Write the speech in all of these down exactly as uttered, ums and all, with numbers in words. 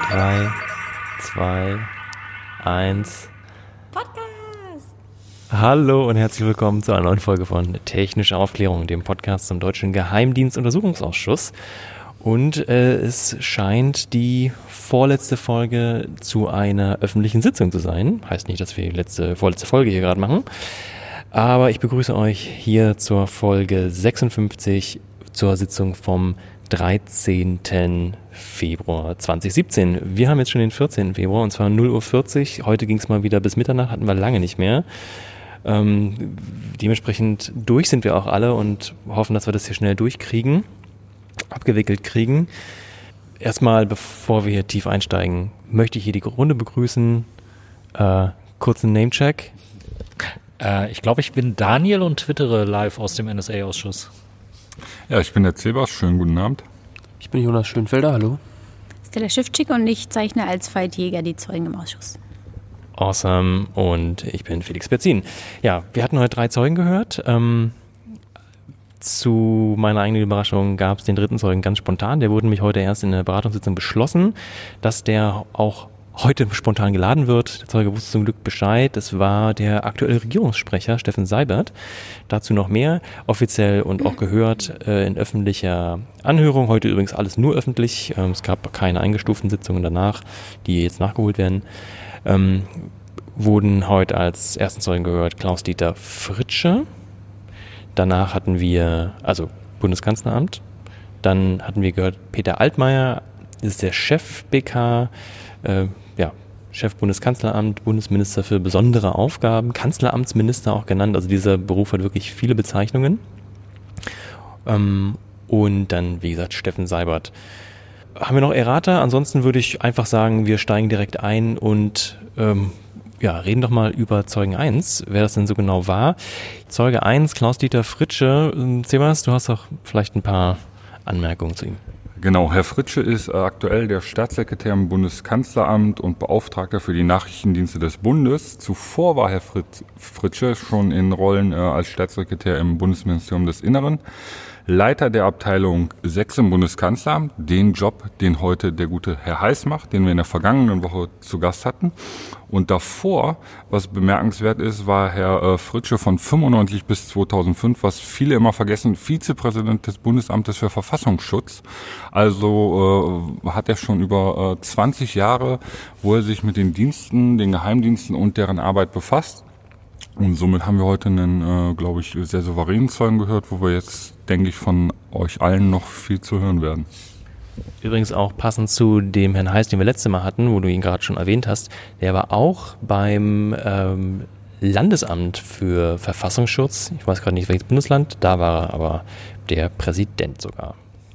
drei, zwei, eins. Podcast! Hallo und herzlich willkommen zu einer neuen Folge von Technische Aufklärung, dem Podcast zum Deutschen Geheimdienstuntersuchungsausschuss. Und äh, es scheint die vorletzte Folge zu einer öffentlichen Sitzung zu sein. Heißt nicht, dass wir die letzte, vorletzte Folge hier gerade machen. Aber ich begrüße euch hier zur Folge sechsundfünfzig zur Sitzung vom dreizehnten Februar zweitausendsiebzehn. Wir haben jetzt schon den vierzehnten Februar und zwar null Uhr vierzig. Heute ging es mal wieder bis Mitternacht, hatten wir lange nicht mehr. Ähm, dementsprechend durch sind wir auch alle und hoffen, dass wir das hier schnell durchkriegen, abgewickelt kriegen. Erstmal, bevor wir hier tief einsteigen, möchte ich hier die Runde begrüßen. Äh, kurzen Namecheck. Äh, ich glaube, ich bin Daniel und twittere live aus dem N S A-Ausschuss. Ja, ich bin der Zebas. Schönen guten Abend. Ich bin Jonas Schönfelder. Hallo. Stella Schiffschick und ich zeichne als Feldjäger die Zeugen im Ausschuss. Awesome. Und ich bin Felix Berzin. Ja, wir hatten heute drei Zeugen gehört. Ähm, zu meiner eigenen Überraschung gab es den dritten Zeugen ganz spontan. Der wurde nämlich heute erst in der Beratungssitzung beschlossen, dass der auch heute spontan geladen wird. Der Zeuge wusste zum Glück Bescheid. Es war der aktuelle Regierungssprecher Steffen Seibert. Dazu noch mehr, offiziell und auch gehört äh, in öffentlicher Anhörung. Heute übrigens alles nur öffentlich. Ähm, es gab keine eingestuften Sitzungen danach, die jetzt nachgeholt werden. Ähm, wurden heute als ersten Zeugen gehört Klaus-Dieter Fritsche. Danach hatten wir, also Bundeskanzleramt. Dann hatten wir gehört Peter Altmaier, das ist der Chef B K, äh, ja, Chef Bundeskanzleramt, Bundesminister für besondere Aufgaben, Kanzleramtsminister auch genannt. Also dieser Beruf hat wirklich viele Bezeichnungen. Ähm, und dann, wie gesagt, Steffen Seibert. Haben wir noch Errata? Ansonsten würde ich einfach sagen, wir steigen direkt ein und ähm, ja, reden doch mal über Zeugen eins, wer das denn so genau war. Zeuge eins, Klaus-Dieter Fritsche. Sebas, du hast doch vielleicht ein paar Anmerkungen zu ihm. Genau, Herr Fritsche ist äh, aktuell der Staatssekretär im Bundeskanzleramt und Beauftragter für die Nachrichtendienste des Bundes. Zuvor war Herr Fritz, Fritsche schon in Rollen äh, als Staatssekretär im Bundesministerium des Inneren, Leiter der Abteilung sechs im Bundeskanzleramt, den Job, den heute der gute Herr Heiß macht, den wir in der vergangenen Woche zu Gast hatten. Und davor, was bemerkenswert ist, war Herr äh, Fritsche von fünfundneunzig bis zweitausendfünf, was viele immer vergessen, Vizepräsident des Bundesamtes für Verfassungsschutz. Also äh, hat er schon über äh, zwanzig Jahre, wo er sich mit den Diensten, den Geheimdiensten und deren Arbeit befasst. Und somit haben wir heute einen, äh, glaube ich, sehr souveränen Zeugen gehört, wo wir jetzt, denke ich, von euch allen noch viel zu hören werden. Übrigens auch passend zu dem Herrn Heiß, den wir letztes Mal hatten, wo du ihn gerade schon erwähnt hast, der war auch beim ähm, Landesamt für Verfassungsschutz, ich weiß gerade nicht welches Bundesland, da war er aber der Präsident sogar.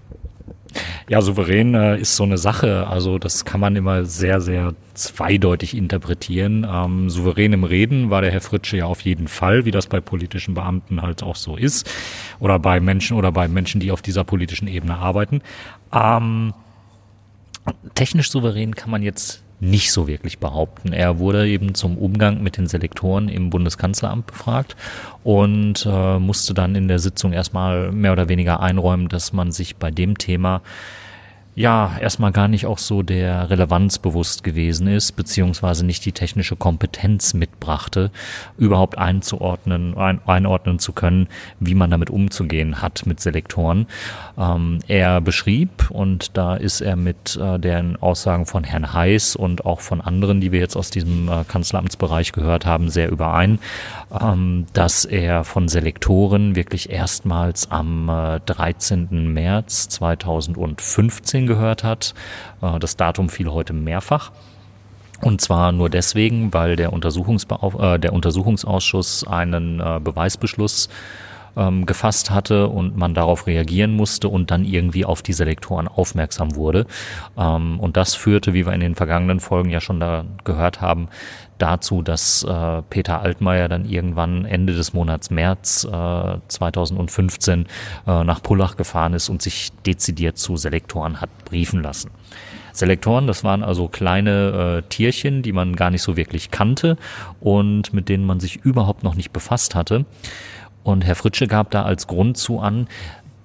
Ja, souverän äh, ist so eine Sache, also das kann man immer sehr, sehr zweideutig interpretieren. Ähm, souverän im Reden war der Herr Fritsche ja auf jeden Fall, wie das bei politischen Beamten halt auch so ist oder bei Menschen oder bei Menschen, die auf dieser politischen Ebene arbeiten. Ähm, technisch souverän kann man jetzt nicht so wirklich behaupten. Er wurde eben zum Umgang mit den Selektoren im Bundeskanzleramt befragt und äh, musste dann in der Sitzung erstmal mehr oder weniger einräumen, dass man sich bei dem Thema ja erstmal gar nicht auch so der Relevanz bewusst gewesen ist, beziehungsweise nicht die technische Kompetenz mitbrachte, überhaupt einzuordnen, ein, einordnen zu können, wie man damit umzugehen hat mit Selektoren. Ähm, er beschrieb, und da ist er mit äh, den Aussagen von Herrn Heiß und auch von anderen, die wir jetzt aus diesem äh, Kanzleramtsbereich gehört haben, sehr überein, ähm, dass er von Selektoren wirklich erstmals am äh, dreizehnten März zweitausendfünfzehn gehört hat. Das Datum fiel heute mehrfach. Und zwar nur deswegen, weil der, Untersuchungsbeauf- äh, der Untersuchungsausschuss einen äh, Beweisbeschluss ähm, gefasst hatte und man darauf reagieren musste und dann irgendwie auf die Selektoren aufmerksam wurde. Ähm, und das führte, wie wir in den vergangenen Folgen ja schon da gehört haben, dazu, dass äh, Peter Altmaier dann irgendwann Ende des Monats März äh, zweitausendfünfzehn äh, nach Pullach gefahren ist und sich dezidiert zu Selektoren hat briefen lassen. Selektoren, das waren also kleine äh, Tierchen, die man gar nicht so wirklich kannte und mit denen man sich überhaupt noch nicht befasst hatte. Und Herr Fritsche gab da als Grund zu an,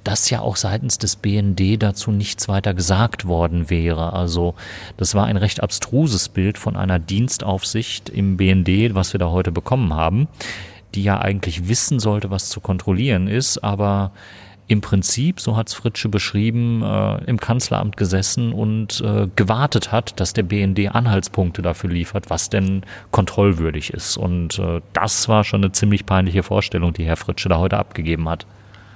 dass ja auch seitens des B N D dazu nichts weiter gesagt worden wäre. Also das war ein recht abstruses Bild von einer Dienstaufsicht im B N D, was wir da heute bekommen haben, die ja eigentlich wissen sollte, was zu kontrollieren ist, aber im Prinzip, so hat es Fritzsche beschrieben, äh, im Kanzleramt gesessen und äh, gewartet hat, dass der B N D Anhaltspunkte dafür liefert, was denn kontrollwürdig ist. Und äh, das war schon eine ziemlich peinliche Vorstellung, die Herr Fritzsche da heute abgegeben hat.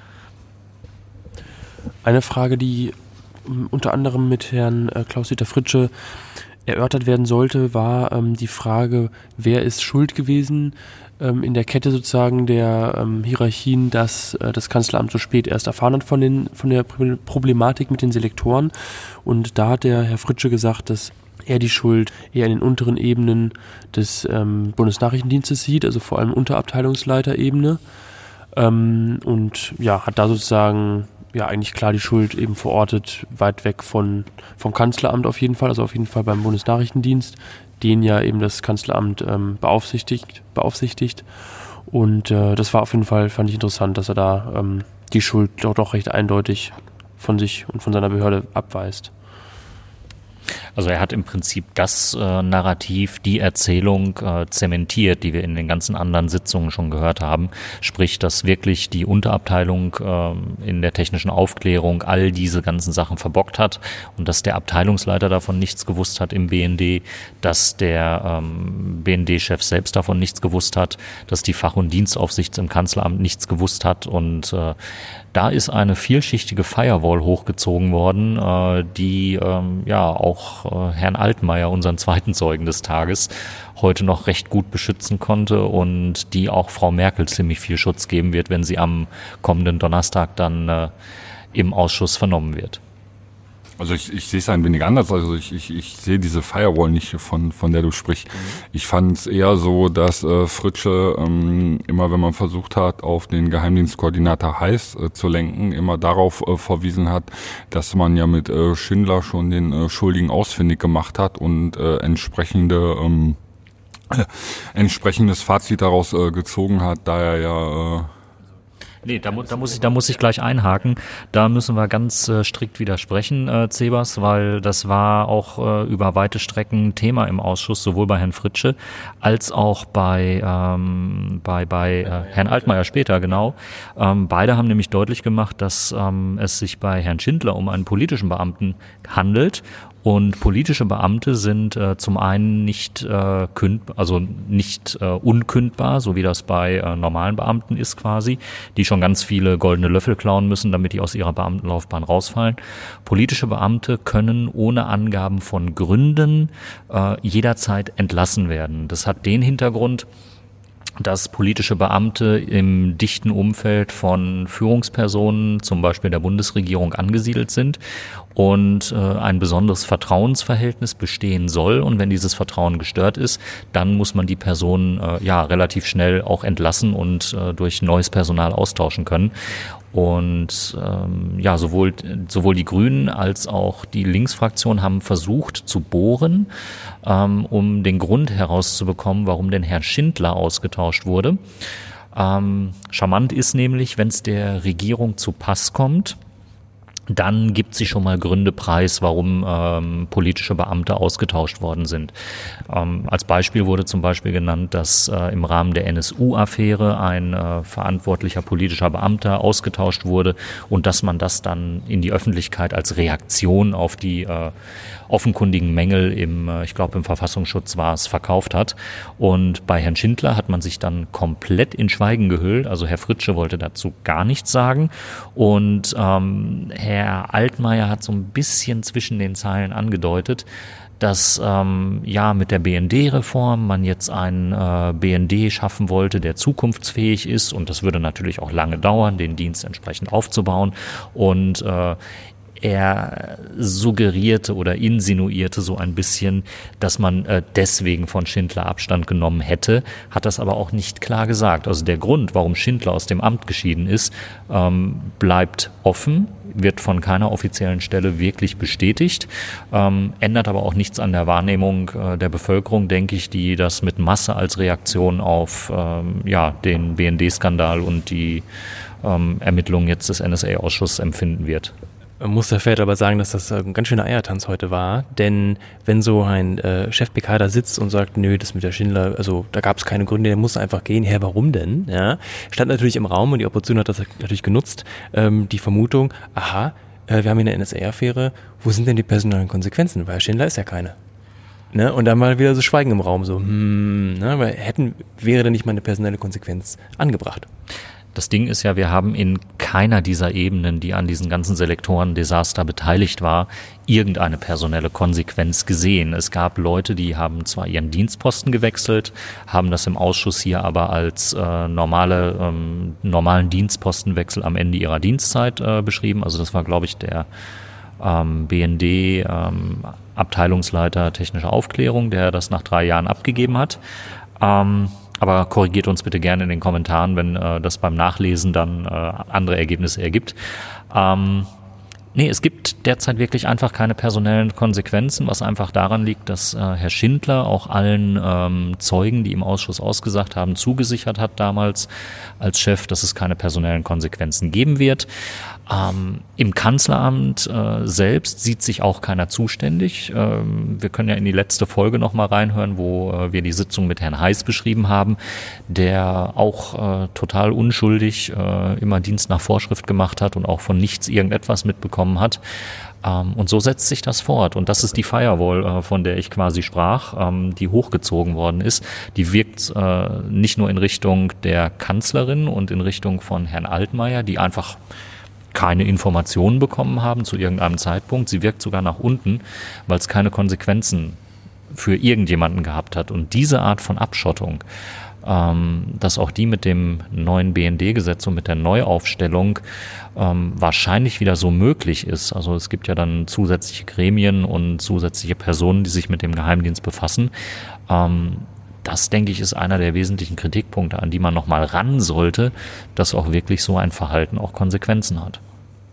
Eine Frage, die um, unter anderem mit Herrn äh, Klaus-Dieter Fritzsche erörtert werden sollte, war ähm, die Frage, wer ist schuld gewesen ähm, in der Kette sozusagen der ähm, Hierarchien, dass äh, das Kanzleramt so spät erst erfahren hat von, den, von der Problematik mit den Selektoren. Und da hat der Herr Fritzsche gesagt, dass er die Schuld eher in den unteren Ebenen des ähm, Bundesnachrichtendienstes sieht, also vor allem Unterabteilungsleiterebene. Ähm, und ja, hat da sozusagen ja eigentlich klar die Schuld eben verortet, weit weg von vom Kanzleramt auf jeden Fall, also auf jeden Fall beim Bundesnachrichtendienst, den ja eben das Kanzleramt ähm, beaufsichtigt, beaufsichtigt. Und äh, das war auf jeden Fall, fand ich interessant, dass er da ähm, die Schuld doch, doch recht eindeutig von sich und von seiner Behörde abweist. Also er hat im Prinzip das äh, Narrativ, die Erzählung äh, zementiert, die wir in den ganzen anderen Sitzungen schon gehört haben. Sprich, dass wirklich die Unterabteilung äh, in der technischen Aufklärung all diese ganzen Sachen verbockt hat und dass der Abteilungsleiter davon nichts gewusst hat im B N D, dass der ähm, B N D-Chef selbst davon nichts gewusst hat, dass die Fach- und Dienstaufsicht im Kanzleramt nichts gewusst hat und äh, da ist eine vielschichtige Firewall hochgezogen worden, äh, die ähm, ja auch äh, Herrn Altmaier, unseren zweiten Zeugen des Tages, heute noch recht gut beschützen konnte und die auch Frau Merkel ziemlich viel Schutz geben wird, wenn sie am kommenden Donnerstag dann äh, im Ausschuss vernommen wird. Also ich, ich sehe es ein wenig anders. Also ich, ich, ich sehe diese Firewall nicht, von, von der du sprichst. Mhm. Ich fand es eher so, dass äh, Fritzsche ähm, immer, wenn man versucht hat, auf den Geheimdienstkoordinator Heiß äh, zu lenken, immer darauf äh, verwiesen hat, dass man ja mit äh, Schindler schon den äh, Schuldigen ausfindig gemacht hat und äh, entsprechende ähm, äh, entsprechendes Fazit daraus äh, gezogen hat, da er ja äh, Nee, da, mu- da, muss ich, da muss ich gleich einhaken. Da müssen wir ganz äh, strikt widersprechen, äh, Zebas, weil das war auch äh, über weite Strecken Thema im Ausschuss, sowohl bei Herrn Fritzsche als auch bei, ähm, bei, bei äh, Herrn Altmaier später, genau. Ähm, beide haben nämlich deutlich gemacht, dass ähm, es sich bei Herrn Schindler um einen politischen Beamten handelt. Und politische Beamte sind äh, zum einen nicht äh, künd, also nicht äh, unkündbar, so wie das bei äh, normalen Beamten ist quasi, die schon ganz viele goldene Löffel klauen müssen, damit die aus ihrer Beamtenlaufbahn rausfallen. Politische Beamte können ohne Angaben von Gründen äh, jederzeit entlassen werden. Das hat den Hintergrund, dass politische Beamte im dichten Umfeld von Führungspersonen, zum Beispiel der Bundesregierung, angesiedelt sind und äh, ein besonderes Vertrauensverhältnis bestehen soll. Und wenn dieses Vertrauen gestört ist, dann muss man die Person äh, ja relativ schnell auch entlassen und äh, durch neues Personal austauschen können. Und ähm, ja, sowohl sowohl die Grünen als auch die Linksfraktion haben versucht zu bohren, ähm, um den Grund herauszubekommen, warum denn Herr Schindler ausgetauscht wurde. Ähm, charmant ist nämlich, wenn es der Regierung zu Pass kommt, dann gibt sie schon mal Gründe preis, warum ähm, politische Beamte ausgetauscht worden sind. Ähm, als Beispiel wurde zum Beispiel genannt, dass äh, im Rahmen der N S U-Affäre ein äh, verantwortlicher politischer Beamter ausgetauscht wurde und dass man das dann in die Öffentlichkeit als Reaktion auf die äh, offenkundigen Mängel im, äh, ich glaube im Verfassungsschutz war es, verkauft hat. Und bei Herrn Schindler hat man sich dann komplett in Schweigen gehüllt. Also Herr Fritzsche wollte dazu gar nichts sagen und ähm, Herr Herr Altmaier hat so ein bisschen zwischen den Zeilen angedeutet, dass ähm, ja mit der B N D-Reform man jetzt einen äh, B N D schaffen wollte, der zukunftsfähig ist und das würde natürlich auch lange dauern, den Dienst entsprechend aufzubauen und äh, er suggerierte oder insinuierte so ein bisschen, dass man äh, deswegen von Schindler Abstand genommen hätte, hat das aber auch nicht klar gesagt. Also der Grund, warum Schindler aus dem Amt geschieden ist, ähm, bleibt offen, wird von keiner offiziellen Stelle wirklich bestätigt, ähm, ändert aber auch nichts an der Wahrnehmung äh, der Bevölkerung, denke ich, die das mit Masse als Reaktion auf ähm, ja, den B N D-Skandal und die ähm, Ermittlungen jetzt des N S A-Ausschusses empfinden wird. Man muss der Fed aber sagen, dass das ein ganz schöner Eiertanz heute war, denn wenn so ein äh, Chef-P K da sitzt und sagt, nö, das mit der Schindler, also da gab es keine Gründe, der muss einfach gehen, hä, warum denn? Ja, stand natürlich im Raum und die Opposition hat das natürlich genutzt, ähm, die Vermutung, aha, äh, wir haben hier eine N S A-Affäre, wo sind denn die personellen Konsequenzen, weil Schindler ist ja keine. Ne? Und dann mal wieder so Schweigen im Raum, so, hm, ne? Weil hätten, wäre denn nicht mal eine personelle Konsequenz angebracht? Das Ding ist ja, wir haben in keiner dieser Ebenen, die an diesen ganzen Selektoren-Desaster beteiligt war, irgendeine personelle Konsequenz gesehen. Es gab Leute, die haben zwar ihren Dienstposten gewechselt, haben das im Ausschuss hier aber als äh, normale, ähm, normalen Dienstpostenwechsel am Ende ihrer Dienstzeit äh, beschrieben. Also das war, glaube ich, der ähm, B N D ähm, Abteilungsleiter technische Aufklärung, der das nach drei Jahren abgegeben hat. Ähm, Aber korrigiert uns bitte gerne in den Kommentaren, wenn äh, das beim Nachlesen dann äh, andere Ergebnisse ergibt. Ähm, nee, es gibt derzeit wirklich einfach keine personellen Konsequenzen, was einfach daran liegt, dass äh, Herr Schindler auch allen ähm, Zeugen, die im Ausschuss ausgesagt haben, zugesichert hat damals als Chef, dass es keine personellen Konsequenzen geben wird. Ähm, Im Kanzleramt äh, selbst sieht sich auch keiner zuständig. Ähm, wir können ja in die letzte Folge noch mal reinhören, wo äh, wir die Sitzung mit Herrn Heiß beschrieben haben, der auch äh, total unschuldig äh, immer Dienst nach Vorschrift gemacht hat und auch von nichts irgendetwas mitbekommen hat. Ähm, und so setzt sich das fort. Und das ist die Firewall, äh, von der ich quasi sprach, ähm, die hochgezogen worden ist. Die wirkt äh, nicht nur in Richtung der Kanzlerin und in Richtung von Herrn Altmaier, die einfach keine Informationen bekommen haben zu irgendeinem Zeitpunkt. Sie wirkt sogar nach unten, weil es keine Konsequenzen für irgendjemanden gehabt hat. Und diese Art von Abschottung, ähm, dass auch die mit dem neuen B N D-Gesetz und mit der Neuaufstellung ähm, wahrscheinlich wieder so möglich ist. Also es gibt ja dann zusätzliche Gremien und zusätzliche Personen, die sich mit dem Geheimdienst befassen. Ähm, Das, denke ich, ist einer der wesentlichen Kritikpunkte, an die man nochmal ran sollte, dass auch wirklich so ein Verhalten auch Konsequenzen hat.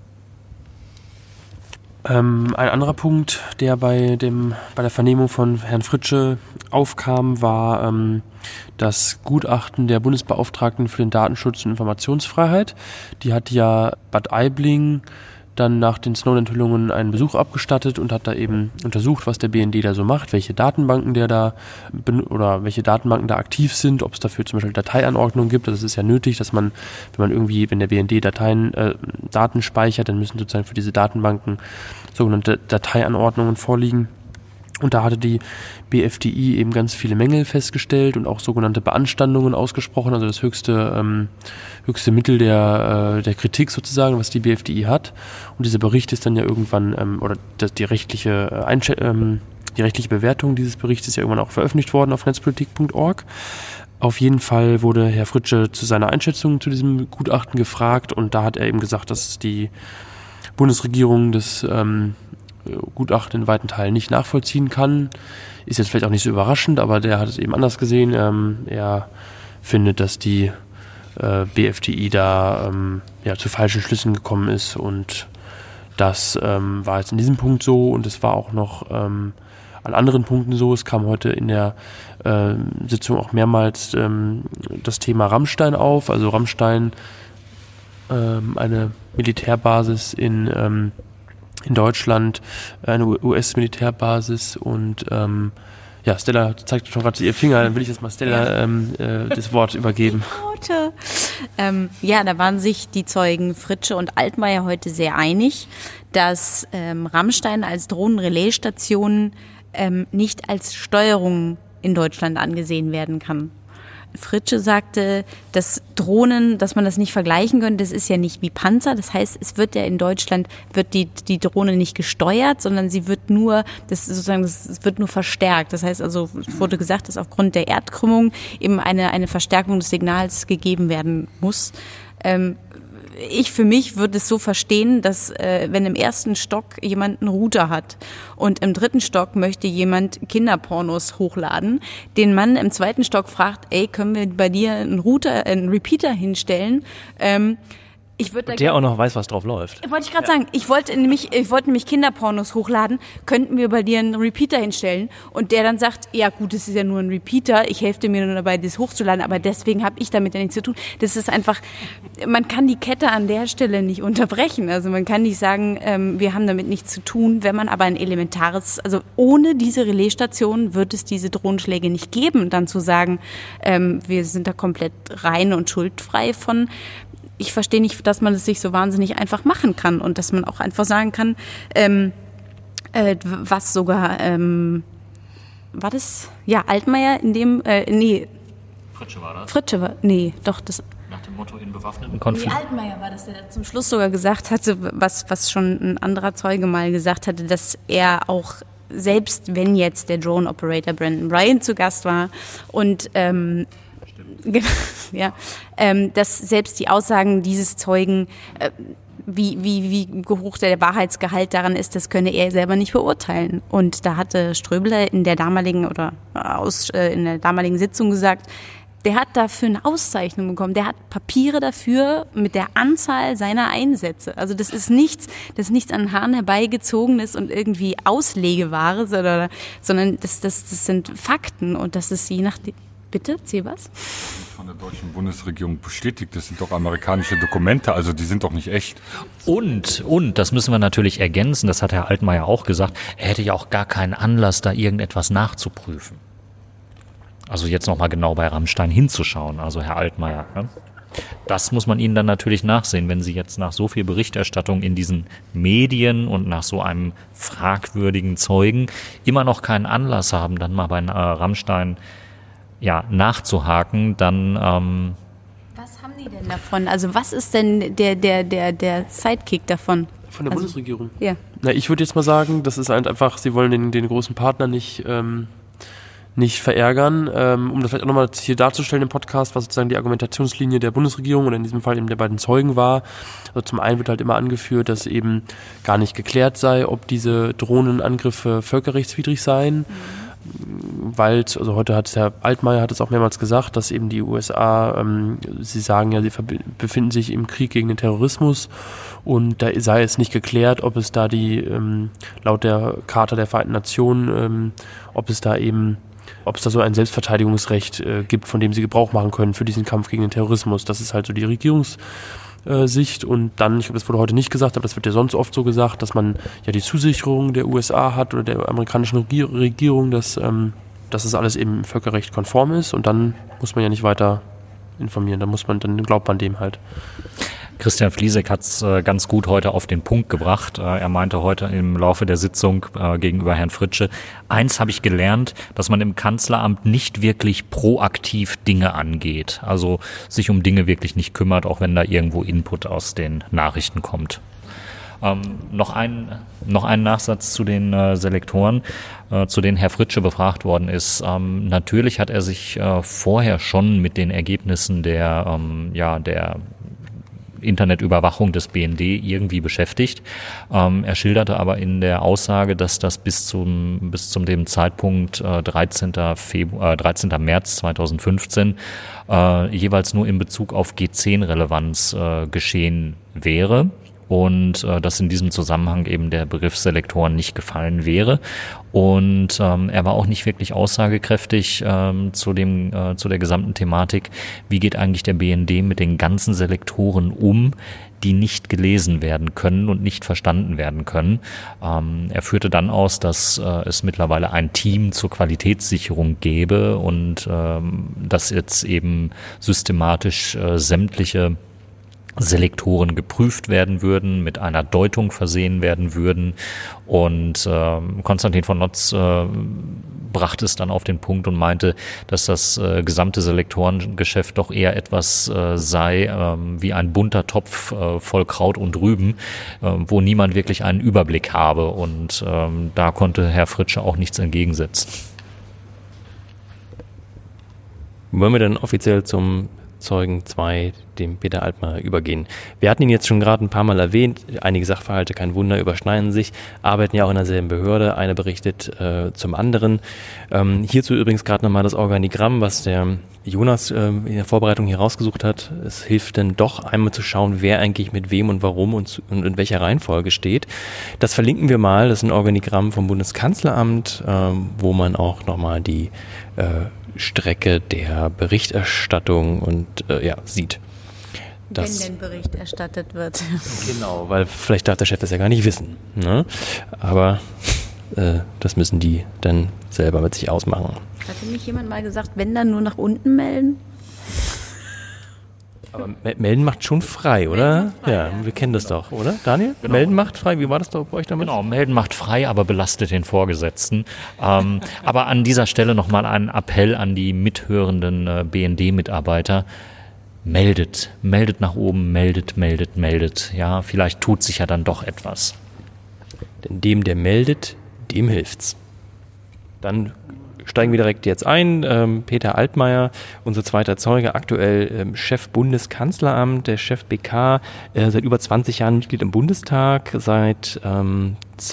Ähm, ein anderer Punkt, der bei, dem, bei der Vernehmung von Herrn Fritzsche aufkam, war ähm, das Gutachten der Bundesbeauftragten für den Datenschutz und Informationsfreiheit. Die hat ja Bad Aibling dann nach den Snowden-Enthüllungen einen Besuch abgestattet und hat da eben untersucht, was der B N D da so macht, welche Datenbanken der da oder welche Datenbanken da aktiv sind, ob es dafür zum Beispiel Dateianordnungen gibt. Das ist ja nötig, dass man, wenn man irgendwie, wenn der B N D Dateien, äh, Daten speichert, dann müssen sozusagen für diese Datenbanken sogenannte Dateianordnungen vorliegen. Und da hatte die B F D I eben ganz viele Mängel festgestellt und auch sogenannte Beanstandungen ausgesprochen, also das höchste ähm, höchste Mittel der äh, der Kritik sozusagen, was die B F D I hat. Und dieser Bericht ist dann ja irgendwann ähm, oder das, die rechtliche äh, Einsch- ähm, die rechtliche Bewertung dieses Berichts ist ja irgendwann auch veröffentlicht worden auf netzpolitik punkt org. Auf jeden Fall wurde Herr Fritzsche zu seiner Einschätzung zu diesem Gutachten gefragt und da hat er eben gesagt, dass die Bundesregierung das ähm, Gutachten in weiten Teilen nicht nachvollziehen kann. Ist jetzt vielleicht auch nicht so überraschend, aber der hat es eben anders gesehen. Ähm, er findet, dass die äh, B F D I da ähm, ja, zu falschen Schlüssen gekommen ist und das ähm, war jetzt in diesem Punkt so und es war auch noch ähm, an anderen Punkten so. Es kam heute in der äh, Sitzung auch mehrmals ähm, das Thema Rammstein auf. Also Rammstein, ähm, eine Militärbasis in ähm, in Deutschland, eine U S-Militärbasis und ähm, ja, Stella zeigt schon gerade ihr Finger, dann will ich jetzt mal Stella ähm, äh, das Wort übergeben. Ähm, ja, da waren sich die Zeugen Fritzsche und Altmaier heute sehr einig, dass ähm, Rammstein als Drohnenrelaisstation ähm, nicht als Steuerung in Deutschland angesehen werden kann. Fritzsche sagte, dass Drohnen, dass man das nicht vergleichen könnte, das ist ja nicht wie Panzer. Das heißt, es wird ja in Deutschland, wird die, die Drohne nicht gesteuert, sondern sie wird nur, das sozusagen, das wird nur verstärkt. Das heißt also, es wurde gesagt, dass aufgrund der Erdkrümmung eben eine, eine Verstärkung des Signals gegeben werden muss. Ähm, Ich für mich würde es so verstehen, dass äh, wenn im ersten Stock jemand einen Router hat und im dritten Stock möchte jemand Kinderpornos hochladen, den Mann im zweiten Stock fragt, ey, können wir bei dir einen Router, einen Repeater hinstellen, ähm, Ich würde da Der auch noch weiß, was drauf läuft. Wollte ich gerade sagen, ich wollte nämlich, ich wollte nämlich Kinderpornos hochladen, könnten wir bei dir einen Repeater hinstellen und der dann sagt, ja gut, es ist ja nur ein Repeater, ich helfe mir nur dabei, das hochzuladen, aber deswegen habe ich damit ja nichts zu tun. Das ist einfach, man kann die Kette an der Stelle nicht unterbrechen. Also man kann nicht sagen, ähm, wir haben damit nichts zu tun, wenn man aber ein elementares, also ohne diese Relaisstation wird es diese Drohnenschläge nicht geben, dann zu sagen, ähm, wir sind da komplett rein und schuldfrei von. Ich verstehe nicht, dass man es sich so wahnsinnig einfach machen kann und dass man auch einfach sagen kann, ähm, äh, was sogar, ähm, war das, ja, Altmaier in dem, äh, nee. Fritsche war das? Fritsche war, nee, doch, das. Nach dem Motto in bewaffneten Konflikten. Nee, Altmaier war das, der zum Schluss sogar gesagt hatte, was, was schon ein anderer Zeuge mal gesagt hatte, dass er auch, selbst wenn jetzt der Drone-Operator Brandon Bryant zu Gast war und, ähm, ja, ähm, dass selbst die Aussagen dieses Zeugen, äh, wie, wie, wie hoch der Wahrheitsgehalt daran ist, das könne er selber nicht beurteilen. Und da hatte Ströbele in der damaligen oder aus, äh, in der damaligen Sitzung gesagt, der hat dafür eine Auszeichnung bekommen. Der hat Papiere dafür mit der Anzahl seiner Einsätze. Also das ist nichts, das ist nichts an den Haaren herbeigezogenes und irgendwie Auslegeware, sondern, sondern das, das, das sind Fakten und das ist je nachdem. Bitte, erzähl was? Von der deutschen Bundesregierung bestätigt, das sind doch amerikanische Dokumente, also die sind doch nicht echt. Und, und, das müssen wir natürlich ergänzen, das hat Herr Altmaier auch gesagt, er hätte ja auch gar keinen Anlass, da irgendetwas nachzuprüfen. Also jetzt nochmal genau bei Rammstein hinzuschauen, also Herr Altmaier. Ne? Das muss man Ihnen dann natürlich nachsehen, wenn Sie jetzt nach so viel Berichterstattung in diesen Medien und nach so einem fragwürdigen Zeugen immer noch keinen Anlass haben, dann mal bei äh, Rammstein ja, nachzuhaken, dann ähm was haben die denn davon? Also was ist denn der, der, der, der Sidekick davon? Von der also, Bundesregierung? Ja. Na, ich würde jetzt mal sagen, das ist halt einfach, sie wollen den, den großen Partner nicht, ähm, nicht verärgern. Ähm, um das vielleicht auch nochmal hier darzustellen im Podcast, was sozusagen die Argumentationslinie der Bundesregierung oder in diesem Fall eben der beiden Zeugen war. Also zum einen wird halt immer angeführt, dass eben gar nicht geklärt sei, ob diese Drohnenangriffe völkerrechtswidrig seien. Mhm. Weil, also heute hat Herr Altmaier hat es auch mehrmals gesagt, dass eben die U S A, ähm, sie sagen ja, sie verbi- befinden sich im Krieg gegen den Terrorismus und da sei es nicht geklärt, ob es da die, ähm, laut der Charta der Vereinten Nationen, ähm, ob es da eben, ob es da so ein Selbstverteidigungsrecht äh, gibt, von dem sie Gebrauch machen können für diesen Kampf gegen den Terrorismus. Das ist halt so die Regierungs- Sicht und dann, ich glaube, das wurde heute nicht gesagt, aber das wird ja sonst oft so gesagt, dass man ja die Zusicherung der U S A hat oder der amerikanischen Regierung, dass, ähm, dass es alles eben völkerrecht konform ist und dann muss man ja nicht weiter informieren, dann muss man, dann glaubt man dem halt. Christian Fliesek hat es äh, ganz gut heute auf den Punkt gebracht. Äh, er meinte heute im Laufe der Sitzung äh, gegenüber Herrn Fritsche, eins habe ich gelernt, dass man im Kanzleramt nicht wirklich proaktiv Dinge angeht. Also sich um Dinge wirklich nicht kümmert, auch wenn da irgendwo Input aus den Nachrichten kommt. Ähm, noch ein noch ein Nachsatz zu den äh, Selektoren, äh, zu denen Herr Fritsche befragt worden ist. Ähm, natürlich hat er sich äh, vorher schon mit den Ergebnissen der ähm, ja der Internetüberwachung des B N D irgendwie beschäftigt. Ähm, er schilderte aber in der Aussage, dass das bis zum bis zum dem Zeitpunkt äh, dreizehnten Februar, äh, dreizehnten März zweitausendfünfzehn äh, jeweils nur in Bezug auf G zehn Relevanz äh, geschehen wäre. Und äh, dass in diesem Zusammenhang eben der Begriff Selektoren nicht gefallen wäre. Und ähm, er war auch nicht wirklich aussagekräftig ähm, zu dem äh, zu der gesamten Thematik. Wie geht eigentlich der B N D mit den ganzen Selektoren um, die nicht gelesen werden können und nicht verstanden werden können? Ähm, er führte dann aus, dass äh, es mittlerweile ein Team zur Qualitätssicherung gäbe und ähm, dass jetzt eben systematisch äh, sämtliche Selektoren geprüft werden würden, mit einer Deutung versehen werden würden. Und äh, Konstantin von Notz äh, brachte es dann auf den Punkt und meinte, dass das äh, gesamte Selektorengeschäft doch eher etwas äh, sei äh, wie ein bunter Topf äh, voll Kraut und Rüben, äh, wo niemand wirklich einen Überblick habe. Und äh, da konnte Herr Fritsche auch nichts entgegensetzen. Wollen wir denn offiziell zum Zeugen zwei dem Peter Altmaier übergehen. Wir hatten ihn jetzt schon gerade ein paar Mal erwähnt, einige Sachverhalte, kein Wunder, überschneiden sich, arbeiten ja auch in derselben Behörde, eine berichtet äh, zum anderen. Ähm, hierzu übrigens gerade nochmal das Organigramm, was der Jonas äh, in der Vorbereitung hier rausgesucht hat. Es hilft dann doch einmal zu schauen, wer eigentlich mit wem und warum und, zu, und in welcher Reihenfolge steht. Das verlinken wir mal, das ist ein Organigramm vom Bundeskanzleramt, äh, wo man auch nochmal die äh, Strecke der Berichterstattung und äh, ja, sieht. Wenn denn Bericht erstattet wird. Genau, weil vielleicht darf der Chef das ja gar nicht wissen. Ne? Aber äh, das müssen die dann selber mit sich ausmachen. Hatte nicht jemand mal gesagt, wenn dann nur nach unten melden? Aber melden macht schon frei, oder? Frei, ja, ja, wir kennen das doch, oder? Daniel? Genau. Melden macht frei, wie war das doch bei euch damit? Genau, melden macht frei, aber belastet den Vorgesetzten. ähm, aber an dieser Stelle nochmal ein Appell an die mithörenden äh, B N D-Mitarbeiter. Meldet, meldet nach oben, meldet, meldet, meldet. Ja, vielleicht tut sich ja dann doch etwas. Denn dem, der meldet, dem hilft's. Dann steigen wir direkt jetzt ein. Ähm, Peter Altmaier, unser zweiter Zeuge, aktuell ähm, Chef Bundeskanzleramt, der Chef B K, äh, seit über zwanzig Jahren Mitglied im Bundestag, seit ähm,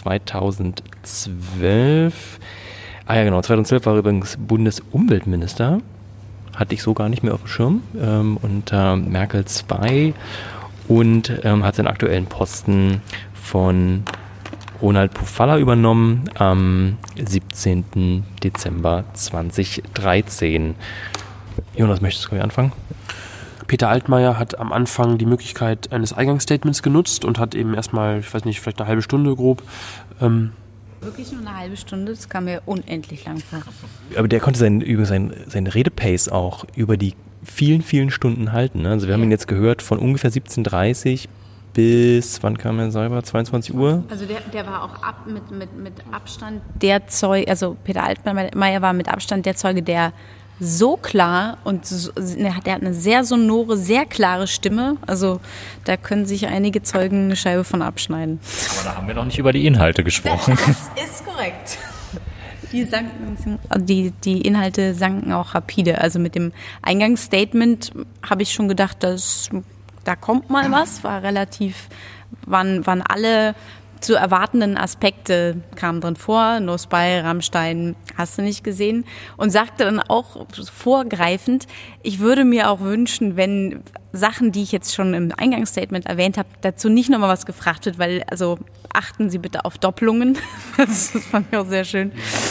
zweitausendzwölf. Ah ja genau, zweitausendzwölf war er übrigens Bundesumweltminister. Hatte ich so gar nicht mehr auf dem Schirm, ähm, unter Merkel zwei und ähm, hat seinen aktuellen Posten von Ronald Pofalla übernommen am siebzehnten Dezember zweitausenddreizehn. Jonas, möchtest du anfangen? Peter Altmaier hat am Anfang die Möglichkeit eines Eingangsstatements genutzt und hat eben erstmal, ich weiß nicht, vielleicht eine halbe Stunde grob, ähm, wirklich nur eine halbe Stunde, das kam mir unendlich lang vor. Aber der konnte sein, über sein, sein Redepace auch über die vielen, vielen Stunden halten. Ne? Also wir haben ihn jetzt gehört von ungefähr siebzehn Uhr dreißig bis, wann kam er selber? zweiundzwanzig Uhr? Also der, der war auch ab, mit, mit, mit Abstand der Zeuge, also Peter Altmaier war mit Abstand der Zeuge, der so klar und so, der hat eine sehr sonore, sehr klare Stimme. Also da können sich einige Zeugen eine Scheibe von abschneiden. Aber da haben wir noch nicht über die Inhalte gesprochen. Das ist korrekt. Die, sanken, die, die Inhalte sanken auch rapide. Also mit dem Eingangsstatement habe ich schon gedacht, dass da kommt mal was. War relativ, waren, waren alle zu erwartenden Aspekte kamen drin vor, No Spy, Rammstein, hast du nicht gesehen, und sagte dann auch vorgreifend, ich würde mir auch wünschen, wenn Sachen, die ich jetzt schon im Eingangsstatement erwähnt habe, dazu nicht nochmal was gefragt wird, weil, also achten Sie bitte auf Doppelungen, das fand ich auch sehr schön.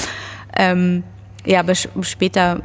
Ähm, ja, aber später,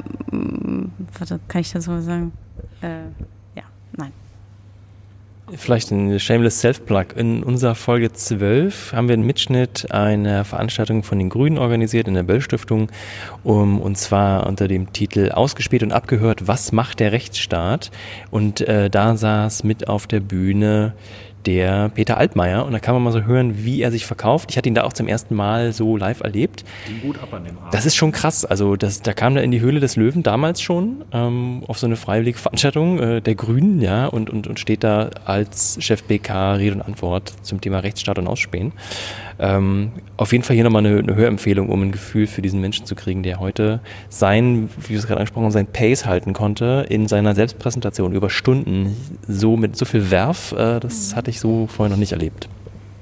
was kann ich dazu mal sagen? Äh, ja, nein. Vielleicht ein shameless Self-Plug. In unserer Folge zwölf haben wir einen Mitschnitt einer Veranstaltung von den Grünen organisiert in der Böll-Stiftung, um, und zwar unter dem Titel Ausgespäht und abgehört, was macht der Rechtsstaat? Und äh, da saß mit auf der Bühne der Peter Altmaier, und da kann man mal so hören, wie er sich verkauft. Ich hatte ihn da auch zum ersten Mal so live erlebt. Den Hut ab an dem Abend. Das ist schon krass. Also das, da kam er in die Höhle des Löwen damals schon ähm, auf so eine freiwillige Veranstaltung äh, der Grünen, ja, und, und, und steht da als Chef B K Rede und Antwort zum Thema Rechtsstaat und Ausspähen. Ähm, auf jeden Fall hier nochmal eine, eine Hörempfehlung, um ein Gefühl für diesen Menschen zu kriegen, der heute sein, wie wir es gerade angesprochen haben, sein Pace halten konnte in seiner Selbstpräsentation über Stunden, so mit so viel Werf, äh, das hatte ich so vorher noch nicht erlebt.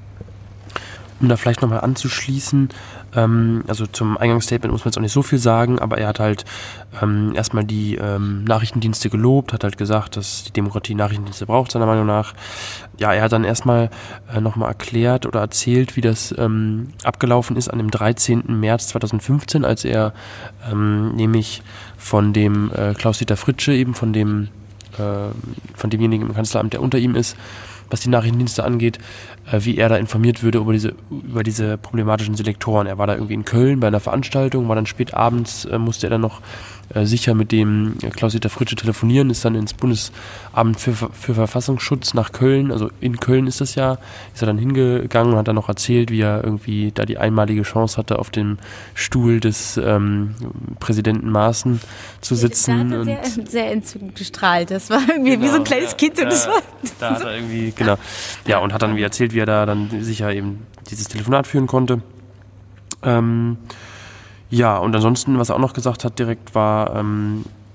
Um da vielleicht nochmal anzuschließen, ähm, also zum Eingangsstatement muss man jetzt auch nicht so viel sagen, aber er hat halt ähm, erstmal die ähm, Nachrichtendienste gelobt, hat halt gesagt, dass die Demokratie Nachrichtendienste braucht, seiner Meinung nach. Ja, er hat dann erstmal äh, nochmal erklärt oder erzählt, wie das ähm, abgelaufen ist an dem dreizehnten März zweitausendfünfzehn, als er ähm, nämlich von dem äh, Klaus-Dieter Fritsche, eben von dem äh, von demjenigen im Kanzleramt, der unter ihm ist, was die Nachrichtendienste angeht, äh, wie er da informiert würde über diese über diese problematischen Selektoren. Er war da irgendwie in Köln bei einer Veranstaltung, war dann spät abends, äh, musste er dann noch äh, sicher mit dem äh, Klaus-Dieter Fritsche telefonieren, ist dann ins Bundesamt für, für Verfassungsschutz nach Köln, also in Köln ist das ja, ist er dann hingegangen und hat dann noch erzählt, wie er irgendwie da die einmalige Chance hatte, auf dem Stuhl des ähm, Präsidenten Maaßen zu sitzen. Da hat er und sehr, sehr entzückend gestrahlt. Das war irgendwie genau, wie so ein kleines ja, Kind. Und ja, das war da hat er irgendwie, genau. Ja, und hat dann wie erzählt, wie er da dann sicher eben dieses Telefonat führen konnte. Ähm, ja, und ansonsten, was er auch noch gesagt hat direkt, war, ähm,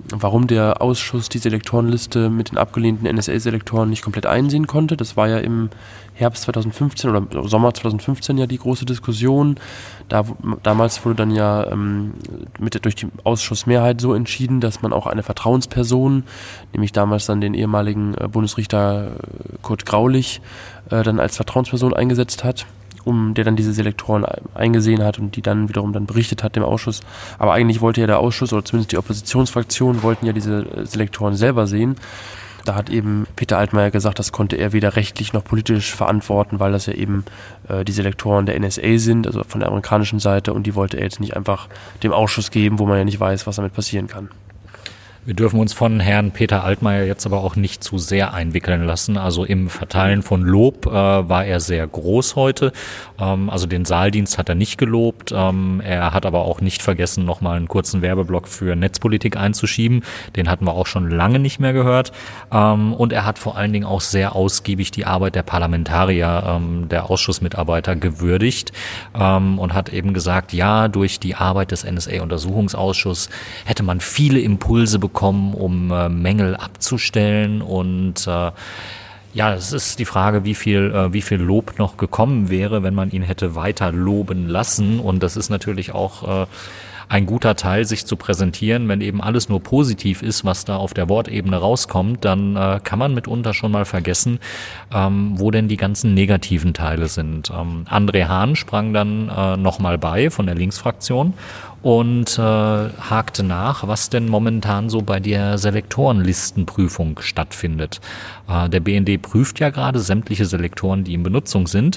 warum der Ausschuss die Selektorenliste mit den abgelehnten N S A-Selektoren nicht komplett einsehen konnte. Das war ja im Herbst zweitausendfünfzehn oder Sommer zweitausendfünfzehn ja die große Diskussion. Da, damals wurde dann ja ähm, mit, durch die Ausschussmehrheit so entschieden, dass man auch eine Vertrauensperson, nämlich damals dann den ehemaligen äh, Bundesrichter äh, Kurt Graulich, äh, dann als Vertrauensperson eingesetzt hat, um der dann diese Selektoren eingesehen hat und die dann wiederum dann berichtet hat dem Ausschuss. Aber eigentlich wollte ja der Ausschuss oder zumindest die Oppositionsfraktionen wollten ja diese Selektoren selber sehen. Da hat eben Peter Altmaier gesagt, das konnte er weder rechtlich noch politisch verantworten, weil das ja eben äh, die Selektoren der N S A sind, also von der amerikanischen Seite, und die wollte er jetzt nicht einfach dem Ausschuss geben, wo man ja nicht weiß, was damit passieren kann. Wir dürfen uns von Herrn Peter Altmaier jetzt aber auch nicht zu sehr einwickeln lassen. Also im Verteilen von Lob äh, war er sehr groß heute. Ähm, also den Saaldienst hat er nicht gelobt. Ähm, er hat aber auch nicht vergessen, nochmal einen kurzen Werbeblock für Netzpolitik einzuschieben. Den hatten wir auch schon lange nicht mehr gehört. Ähm, und er hat vor allen Dingen auch sehr ausgiebig die Arbeit der Parlamentarier, ähm, der Ausschussmitarbeiter gewürdigt ähm, und hat eben gesagt, ja, durch die Arbeit des N S A-Untersuchungsausschusses hätte man viele Impulse bekommen, kommen, um äh, Mängel abzustellen, und äh, ja, es ist die Frage, wie viel, äh, wie viel Lob noch gekommen wäre, wenn man ihn hätte weiter loben lassen, und das ist natürlich auch äh, ein guter Teil, sich zu präsentieren. Wenn eben alles nur positiv ist, was da auf der Wortebene rauskommt, dann äh, kann man mitunter schon mal vergessen, ähm, wo denn die ganzen negativen Teile sind. Ähm, André Hahn sprang dann äh, nochmal bei von der Linksfraktion und äh, hakte nach, was denn momentan so bei der Selektorenlistenprüfung stattfindet. Äh, der B N D prüft ja gerade sämtliche Selektoren, die in Benutzung sind.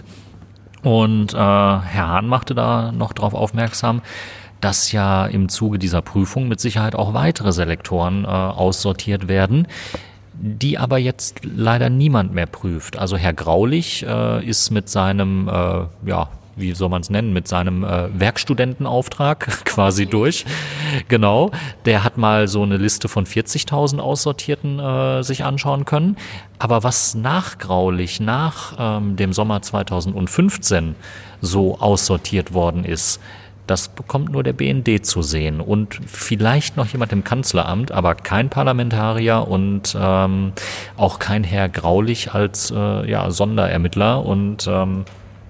Und äh, Herr Hahn machte da noch darauf aufmerksam, dass ja im Zuge dieser Prüfung mit Sicherheit auch weitere Selektoren äh, aussortiert werden, die aber jetzt leider niemand mehr prüft. Also Herr Graulich äh, ist mit seinem, äh, ja, wie soll man es nennen, mit seinem äh, Werkstudentenauftrag quasi durch. Genau, der hat mal so eine Liste von vierzigtausend Aussortierten äh, sich anschauen können. Aber was nach Graulich, nach ähm, dem Sommer zweitausendfünfzehn so aussortiert worden ist, das bekommt nur der B N D zu sehen und vielleicht noch jemand im Kanzleramt, aber kein Parlamentarier und ähm, auch kein Herr Graulich als äh, ja, Sonderermittler. Und ähm,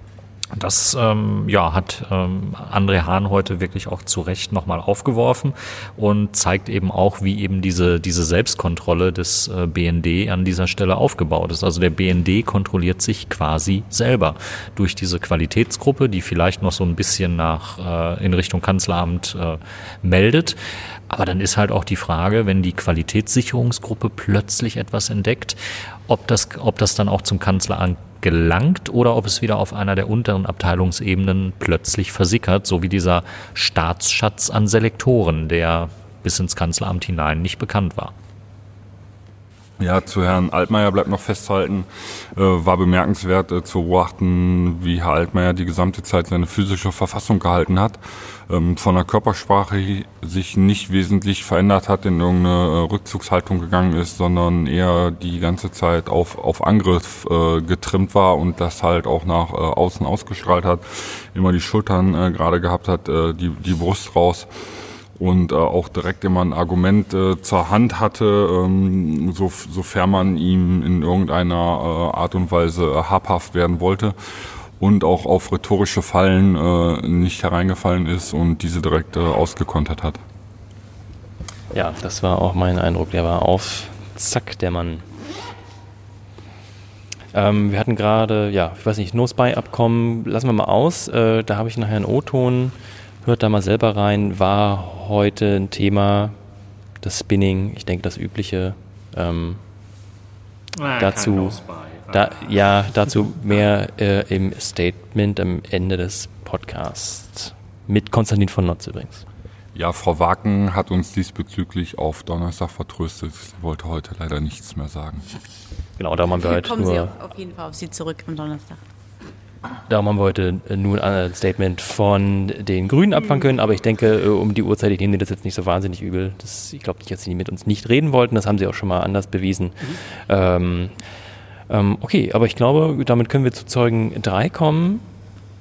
das ähm, ja, hat ähm, André Hahn heute wirklich auch zu Recht nochmal aufgeworfen und zeigt eben auch, wie eben diese, diese Selbstkontrolle des äh, B N D an dieser Stelle aufgebaut ist. Also der B N D kontrolliert sich quasi selber durch diese Qualitätsgruppe, die vielleicht noch so ein bisschen nach äh, in Richtung Kanzleramt äh, meldet. Aber dann ist halt auch die Frage, wenn die Qualitätssicherungsgruppe plötzlich etwas entdeckt, ob das, ob das dann auch zum Kanzleramt gelangt oder ob es wieder auf einer der unteren Abteilungsebenen plötzlich versickert, so wie dieser Staatsschatz an Selektoren, der bis ins Kanzleramt hinein nicht bekannt war. Ja, zu Herrn Altmaier bleibt noch festzuhalten, äh, war bemerkenswert äh, zu beobachten, wie Herr Altmaier die gesamte Zeit seine physische Verfassung gehalten hat, ähm, von der Körpersprache sich nicht wesentlich verändert hat, in irgendeine äh, Rückzugshaltung gegangen ist, sondern eher die ganze Zeit auf, auf Angriff äh, getrimmt war und das halt auch nach äh, außen ausgestrahlt hat, immer die Schultern äh, gerade gehabt hat, äh, die, die Brust raus. Und äh, auch direkt immer ein Argument äh, zur Hand hatte, ähm, so, sofern man ihm in irgendeiner äh, Art und Weise äh, habhaft werden wollte und auch auf rhetorische Fallen äh, nicht hereingefallen ist und diese direkt äh, ausgekontert hat. Ja, das war auch mein Eindruck. Der war auf Zack, der Mann. Ähm, wir hatten gerade, ja, ich weiß nicht, No-Spy-Abkommen, lassen wir mal aus. Äh, da habe ich nachher einen O-Ton. Hört da mal selber rein, war heute ein Thema, das Spinning, ich denke das Übliche. Ähm, ah, dazu, da, ja, dazu mehr äh, im Statement am Ende des Podcasts. Mit Konstantin von Notz übrigens. Ja, Frau Waken hat uns diesbezüglich auf Donnerstag vertröstet. Sie wollte heute leider nichts mehr sagen. Genau, darum haben wir heute kommen nur... Sie auf, auf jeden Fall auf Sie zurück am Donnerstag. Darum haben wir heute nur ein Statement von den Grünen abfangen können, aber ich denke, um die Uhrzeit, ich nehme dir das jetzt nicht so wahnsinnig übel. Das, ich glaube nicht, dass sie mit uns nicht reden wollten, das haben sie auch schon mal anders bewiesen. Mhm. Ähm, ähm, okay, aber ich glaube, damit können wir zu Zeugen drei kommen.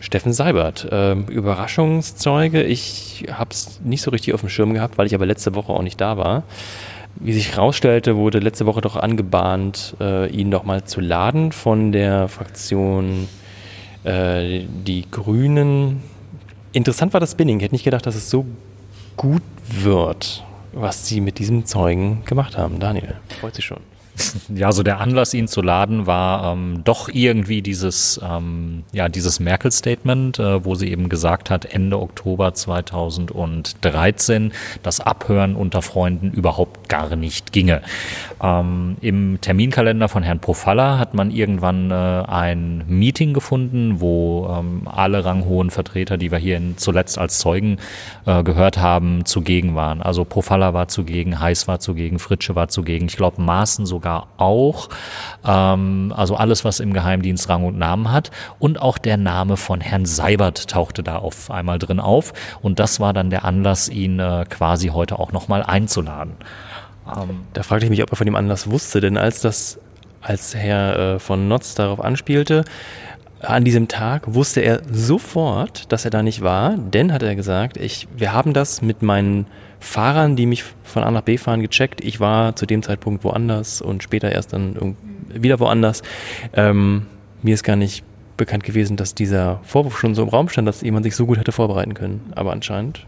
Steffen Seibert, äh, Überraschungszeuge. Ich habe es nicht so richtig auf dem Schirm gehabt, weil ich aber letzte Woche auch nicht da war. Wie sich herausstellte, wurde letzte Woche doch angebahnt, äh, ihn doch mal zu laden von der Fraktion äh, Die Grünen. Interessant war das Spinning. Ich hätte nicht gedacht, dass es so gut wird, was sie mit diesem Zeugen gemacht haben. Daniel, freut sich schon. Ja, so der Anlass, ihn zu laden, war ähm, doch irgendwie dieses, ähm, ja, dieses Merkel-Statement, äh, wo sie eben gesagt hat, Ende Oktober zweitausenddreizehn, dass Abhören unter Freunden überhaupt gar nicht ginge. Ähm, Im Terminkalender von Herrn Pofalla hat man irgendwann äh, ein Meeting gefunden, wo ähm, alle ranghohen Vertreter, die wir hier in, zuletzt als Zeugen äh, gehört haben, zugegen waren. Also Pofalla war zugegen, Heiß war zugegen, Fritsche war zugegen, ich glaube Maaßen sogar auch, ähm, also alles, was im Geheimdienst Rang und Namen hat, und auch der Name von Herrn Seibert tauchte da auf einmal drin auf, und das war dann der Anlass, ihn äh, quasi heute auch nochmal einzuladen. Ähm, da fragte ich mich, ob er von dem Anlass wusste, denn als das, als Herr äh, von Notz darauf anspielte, an diesem Tag wusste er sofort, dass er da nicht war, denn, hat er gesagt, ich, wir haben das mit meinen Fahrern, die mich von A nach B fahren, gecheckt. Ich war zu dem Zeitpunkt woanders und später erst dann wieder woanders. Ähm, mir ist gar nicht bekannt gewesen, dass dieser Vorwurf schon so im Raum stand, dass jemand sich so gut hätte vorbereiten können. Aber anscheinend.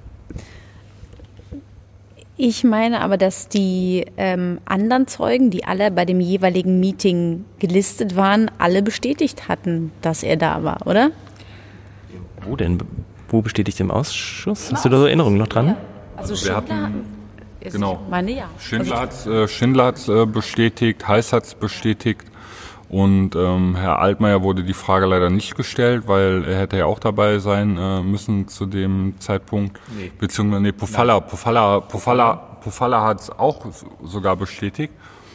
Ich meine aber, dass die ähm, anderen Zeugen, die alle bei dem jeweiligen Meeting gelistet waren, alle bestätigt hatten, dass er da war, oder? Wo denn? Wo bestätigt im Ausschuss? Hast du da so Erinnerungen noch dran? Ja. Also wir Schindler, hatten, ist, genau. Ich meine, ja. Schindler hat es äh, Schindler hat's, äh, bestätigt, Heiß hat es bestätigt, und ähm, Herr Altmaier wurde die Frage leider nicht gestellt, weil er hätte ja auch dabei sein äh, müssen zu dem Zeitpunkt. Nee. Beziehungsweise, nee, Pofalla, Pofalla, Pofalla, Pofalla hat es auch sogar bestätigt.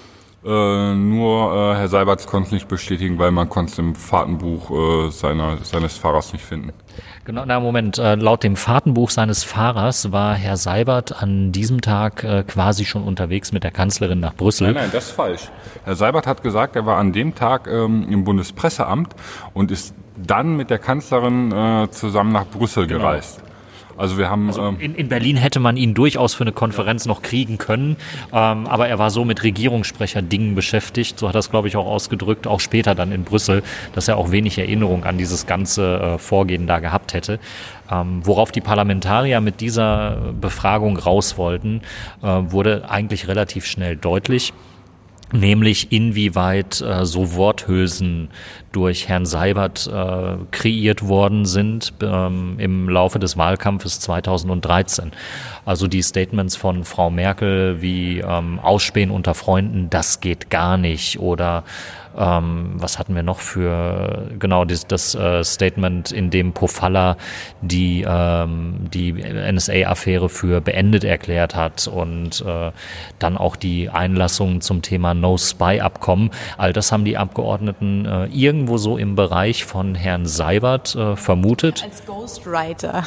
Äh, nur äh, Herr Seibert konnte es nicht bestätigen, weil man konnte es im Fahrtenbuch äh, seiner, seines Fahrers nicht finden. Genau, na Moment, äh, laut dem Fahrtenbuch seines Fahrers war Herr Seibert an diesem Tag äh, quasi schon unterwegs mit der Kanzlerin nach Brüssel. Nein, nein, das ist falsch. Herr Seibert hat gesagt, er war an dem Tag ähm, im Bundespresseamt und ist dann mit der Kanzlerin äh, zusammen nach Brüssel genau. gereist. Also wir haben also in, in Berlin hätte man ihn durchaus für eine Konferenz noch kriegen können, ähm, aber er war so mit Regierungssprecher-Dingen beschäftigt, so hat er es, glaube ich, auch ausgedrückt, auch später dann in Brüssel, dass er auch wenig Erinnerung an dieses ganze äh, Vorgehen da gehabt hätte. Ähm, worauf die Parlamentarier mit dieser Befragung raus wollten, äh, wurde eigentlich relativ schnell deutlich. Nämlich inwieweit äh, so Worthülsen durch Herrn Seibert äh, kreiert worden sind ähm, im Laufe des Wahlkampfes zweitausenddreizehn. Also die Statements von Frau Merkel wie ähm, Ausspähen unter Freunden, das geht gar nicht, oder ähm, was hatten wir noch für, genau, das, das äh, Statement, in dem Pofalla die, ähm, die N S A-Affäre für beendet erklärt hat, und äh, dann auch die Einlassungen zum Thema No-Spy-Abkommen. All das haben die Abgeordneten äh, irgendwo so im Bereich von Herrn Seibert äh, vermutet. Als Ghostwriter.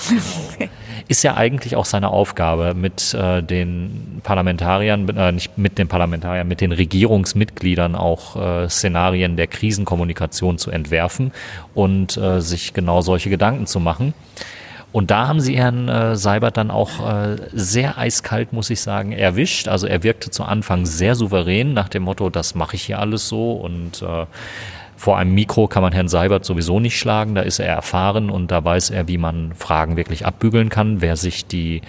Ist ja eigentlich auch seine Aufgabe, mit äh, den Parlamentariern, äh, nicht mit den Parlamentariern, mit den Regierungsmitgliedern auch äh, Szenarien der Krisenkommunikation zu entwerfen und äh, sich genau solche Gedanken zu machen. Und da haben sie Herrn äh, Seibert dann auch äh, sehr eiskalt, muss ich sagen, erwischt. Also er wirkte zu Anfang sehr souverän nach dem Motto, das mache ich hier alles so, und äh, vor einem Mikro kann man Herrn Seibert sowieso nicht schlagen, da ist er erfahren und da weiß er, wie man Fragen wirklich abbügeln kann. Wer sich die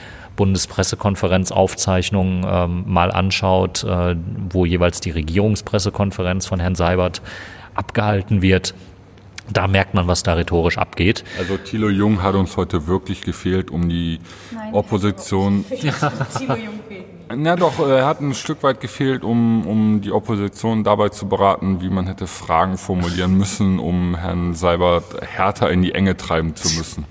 Bundespressekonferenz-Aufzeichnung ähm, mal anschaut, äh, wo jeweils die Regierungspressekonferenz von Herrn Seibert abgehalten wird, da merkt man, was da rhetorisch abgeht. Also Thilo Jung hat uns heute wirklich gefehlt, um die Nein, Opposition... Thilo Jung fehlt. Ja doch, er hat ein Stück weit gefehlt, um, um die Opposition dabei zu beraten, wie man hätte Fragen formulieren müssen, um Herrn Seibert härter in die Enge treiben zu müssen.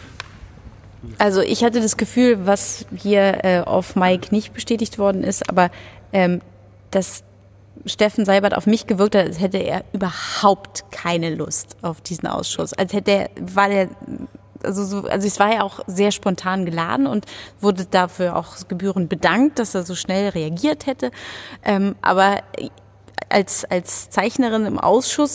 Also ich hatte das Gefühl, was hier äh, auf Mike nicht bestätigt worden ist, aber ähm, dass Steffen Seibert auf mich gewirkt hat, als hätte er überhaupt keine Lust auf diesen Ausschuss. Als hätte er, war der, also, so, also es war ja auch sehr spontan geladen und wurde dafür auch gebührend bedankt, dass er so schnell reagiert hätte. Ähm, aber als, als Zeichnerin im Ausschuss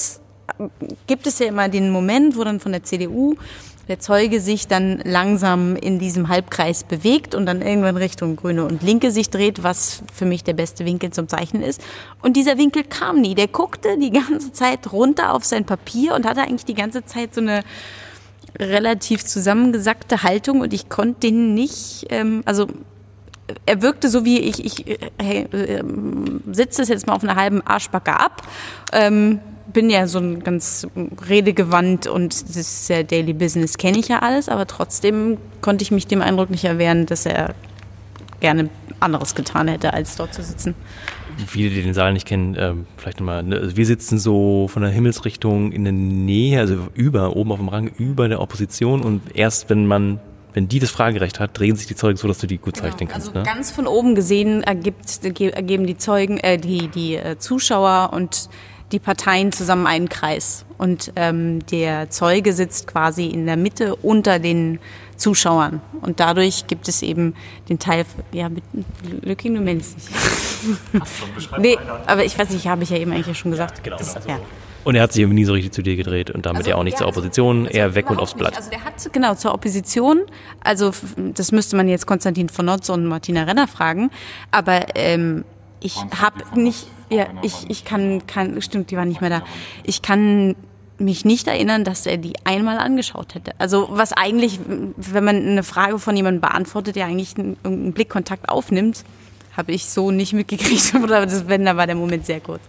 gibt es ja immer den Moment, wo dann von der C D U der Zeuge sich dann langsam in diesem Halbkreis bewegt und dann irgendwann Richtung Grüne und Linke sich dreht, was für mich der beste Winkel zum Zeichnen ist. Und dieser Winkel kam nie. Der guckte die ganze Zeit runter auf sein Papier und hatte eigentlich die ganze Zeit so eine relativ zusammengesackte Haltung und ich konnte den nicht, ähm, also er wirkte so wie ich, ich äh, äh, sitze es jetzt mal auf einer halben Arschbacke ab, ähm, bin ja so ein ganz redegewandt und das ist ja Daily Business, kenne ich ja alles, aber trotzdem konnte ich mich dem Eindruck nicht erwehren, dass er gerne anderes getan hätte, als dort zu sitzen. Viele, die den Saal nicht kennen, äh, vielleicht nochmal, ne? Also wir sitzen so von der Himmelsrichtung in der Nähe, also über, oben auf dem Rang, über der Opposition und erst wenn man, wenn die das Fragerecht hat, drehen sich die Zeugen so, dass du die gut zeichnen genau. kannst. Also ne? ganz von oben gesehen ergibt, ergeben die Zeugen, äh, die, die äh, Zuschauer und die Parteien zusammen einen Kreis. Und ähm, der Zeuge sitzt quasi in der Mitte unter den Zuschauern. Und dadurch gibt es eben den Teil, ja, mit Lücking, du meinst nicht. Nee, aber ich weiß nicht, habe ich ja eben eigentlich schon gesagt. Ja, genau. Das, Also, ja. Und er hat sich eben nie so richtig zu dir gedreht und damit Also, ja auch nicht ja, zur Opposition, also, eher weg und aufs nicht. Blatt. Also der hat, genau, zur Opposition, also das müsste man jetzt Konstantin von Notz und Martina Renner fragen, aber ähm, ich habe nicht, ja, ich, ich kann, kann, stimmt, die waren nicht mehr da, ich kann mich nicht erinnern, dass er die einmal angeschaut hätte. Also was eigentlich, wenn man eine Frage von jemandem beantwortet, der eigentlich einen, einen Blickkontakt aufnimmt, habe ich so nicht mitgekriegt, oder das, wenn, da war der Moment sehr kurz.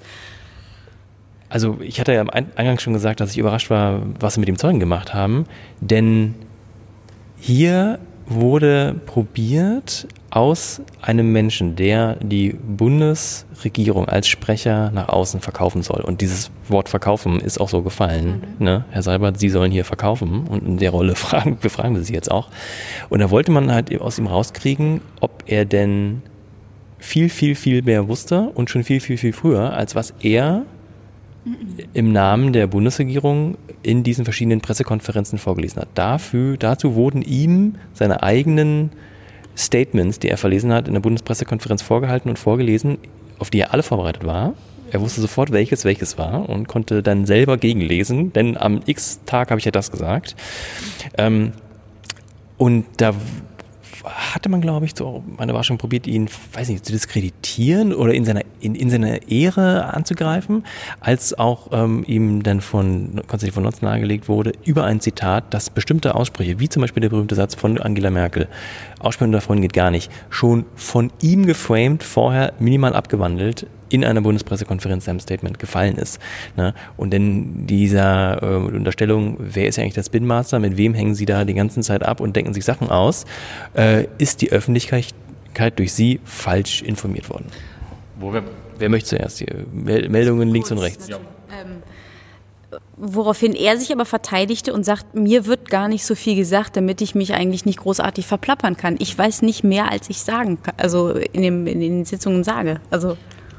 Also ich hatte ja am Eingang schon gesagt, dass ich überrascht war, was sie mit dem Zeugen gemacht haben, denn hier wurde probiert, aus einem Menschen, der die Bundesregierung als Sprecher nach außen verkaufen soll. Und dieses Wort verkaufen ist auch so gefallen. Mhm. Ne? Herr Seibert, Sie sollen hier verkaufen. Und in der Rolle fragen, befragen wir Sie jetzt auch. Und da wollte man halt aus ihm rauskriegen, ob er denn viel, viel, viel mehr wusste und schon viel, viel, viel früher, als was er im Namen der Bundesregierung in diesen verschiedenen Pressekonferenzen vorgelesen hat. Dafür, dazu wurden ihm seine eigenen Statements, die er verlesen hat, in der Bundespressekonferenz vorgehalten und vorgelesen, auf die er alle vorbereitet war. Er wusste sofort, welches welches war und konnte dann selber gegenlesen, denn am X-Tag habe ich ja das gesagt. Ähm, und da hatte man, glaube ich, so meine Überraschung probiert, ihn, weiß nicht, zu diskreditieren oder in seiner, in, in seiner Ehre anzugreifen, als auch ähm, ihm dann von Konstantin von Notz nahegelegt wurde, über ein Zitat, dass bestimmte Aussprüche, wie zum Beispiel der berühmte Satz von Angela Merkel, Aussprechen unter Freunden geht gar nicht, schon von ihm geframed, vorher minimal abgewandelt, in einer Bundespressekonferenz seinem Statement gefallen ist. Ne? Und in dieser äh, Unterstellung, wer ist ja eigentlich der Spin-Master, mit wem hängen Sie da die ganze Zeit ab und denken sich Sachen aus, äh, ist die Öffentlichkeit durch Sie falsch informiert worden. Wo wir, wer möchte zuerst? Hier? Meldungen links und rechts. Ja. Ähm, woraufhin er sich aber verteidigte und sagt, mir wird gar nicht so viel gesagt, damit ich mich eigentlich nicht großartig verplappern kann. Ich weiß nicht mehr, als ich sagen kann, also in, dem, in den Sitzungen sage. Also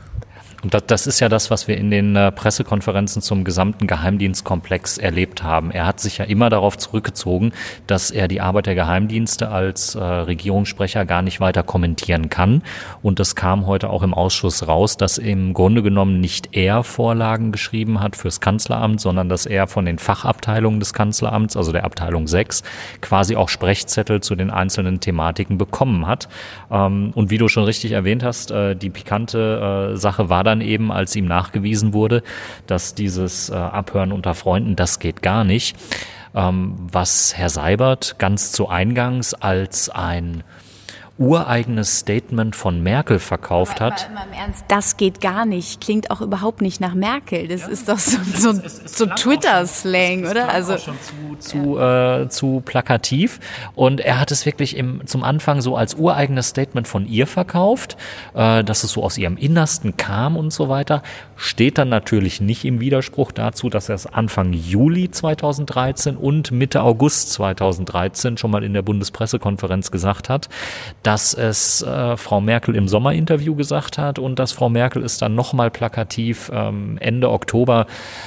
Und das, das ist ja das, was wir in den äh, Pressekonferenzen zum gesamten Geheimdienstkomplex erlebt haben. Er hat sich ja immer darauf zurückgezogen, dass er die Arbeit der Geheimdienste als äh, Regierungssprecher gar nicht weiter kommentieren kann. Und das kam heute auch im Ausschuss raus, dass im Grunde genommen nicht er Vorlagen geschrieben hat fürs Kanzleramt, sondern dass er von den Fachabteilungen des Kanzleramts, also der Abteilung sechs, quasi auch Sprechzettel zu den einzelnen Thematiken bekommen hat. Ähm, und wie du schon richtig erwähnt hast, äh, die pikante äh, Sache war dann eben, als ihm nachgewiesen wurde, dass dieses äh, Abhören unter Freunden, das geht gar nicht, ähm, was Herr Seibert ganz zu Eingangs als ein ureigenes Statement von Merkel verkauft aber, hat. aber im Ernst, das geht gar nicht. Klingt auch überhaupt nicht nach Merkel. Das ja, ist doch so, so, es, es, es so Twitter-Slang, oder? Also schon zu, zu, ja. äh, zu plakativ. Und er hat es wirklich im, zum Anfang so als ureigenes Statement von ihr verkauft, äh, dass es so aus ihrem Innersten kam und so weiter. Steht dann natürlich nicht im Widerspruch dazu, dass er es Anfang Juli zweitausenddreizehn und Mitte August zweitausenddreizehn schon mal in der Bundespressekonferenz gesagt hat, dass es äh, Frau Merkel im Sommerinterview gesagt hat und dass Frau Merkel es dann nochmal plakativ ähm, Ende Oktober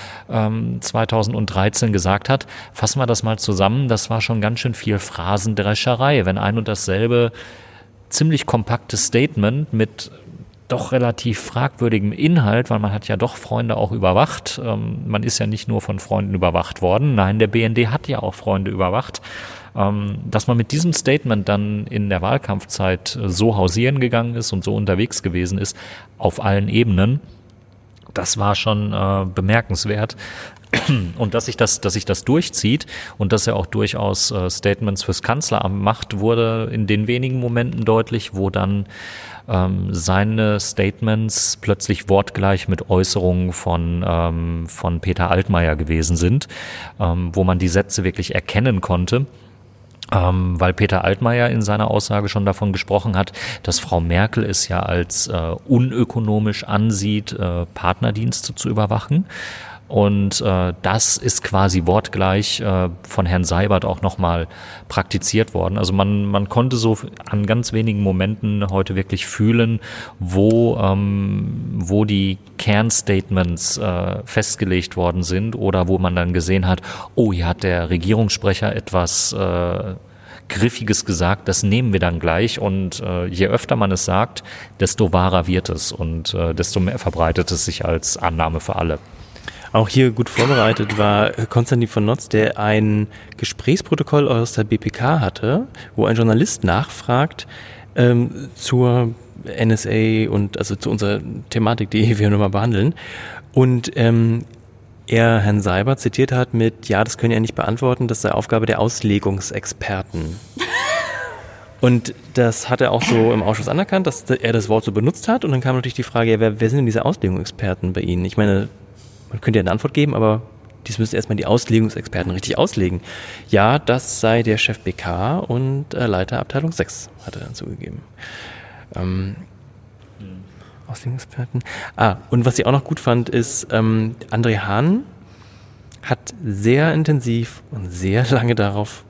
ähm, zweitausenddreizehn gesagt hat. Fassen wir das mal zusammen, das war schon ganz schön viel Phrasendrescherei, wenn ein und dasselbe ziemlich kompaktes Statement mit doch relativ fragwürdigem Inhalt, weil man hat ja doch Freunde auch überwacht. Ähm, man ist ja nicht nur von Freunden überwacht worden. Nein, der B N D hat ja auch Freunde überwacht. Ähm, dass man mit diesem Statement dann in der Wahlkampfzeit so hausieren gegangen ist und so unterwegs gewesen ist, auf allen Ebenen, das war schon äh, bemerkenswert. Und dass sich das, dass sich das durchzieht und dass er auch durchaus äh, Statements fürs Kanzleramt macht, wurde in den wenigen Momenten deutlich, wo dann ähm, seine Statements plötzlich wortgleich mit Äußerungen von, ähm, von Peter Altmaier gewesen sind, ähm, wo man die Sätze wirklich erkennen konnte. Ähm, weil Peter Altmaier in seiner Aussage schon davon gesprochen hat, dass Frau Merkel es ja als äh, unökonomisch ansieht, äh, Partnerdienste zu überwachen. Und äh, das ist quasi wortgleich äh, von Herrn Seibert auch nochmal praktiziert worden. Also man, man konnte so an ganz wenigen Momenten heute wirklich fühlen, wo, ähm, wo die Kernstatements äh, festgelegt worden sind oder wo man dann gesehen hat, oh, hier hat der Regierungssprecher etwas äh, Griffiges gesagt, das nehmen wir dann gleich. Und äh, je öfter man es sagt, desto wahrer wird es und äh, desto mehr verbreitet es sich als Annahme für alle. Auch hier gut vorbereitet war Konstantin von Notz, der ein Gesprächsprotokoll aus der B P K hatte, wo ein Journalist nachfragt ähm, zur N S A und also zu unserer Thematik, die wir nochmal behandeln. Und ähm, er Herrn Seibert zitiert hat mit, ja, das können ja nicht beantworten, das sei Aufgabe der Auslegungsexperten. Und das hat er auch so im Ausschuss anerkannt, dass er das Wort so benutzt hat. Und dann kam natürlich die Frage, ja, wer, wer sind denn diese Auslegungsexperten bei Ihnen? Ich meine, man könnte ja eine Antwort geben, aber dies müssen erstmal die Auslegungsexperten richtig auslegen. Ja, das sei der Chef B K und äh, Leiter Abteilung sechs, hat er dann zugegeben. Ähm, mhm. Auslegungsexperten. Ah, und was ich auch noch gut fand, ist, ähm, André Hahn hat sehr intensiv und sehr lange darauf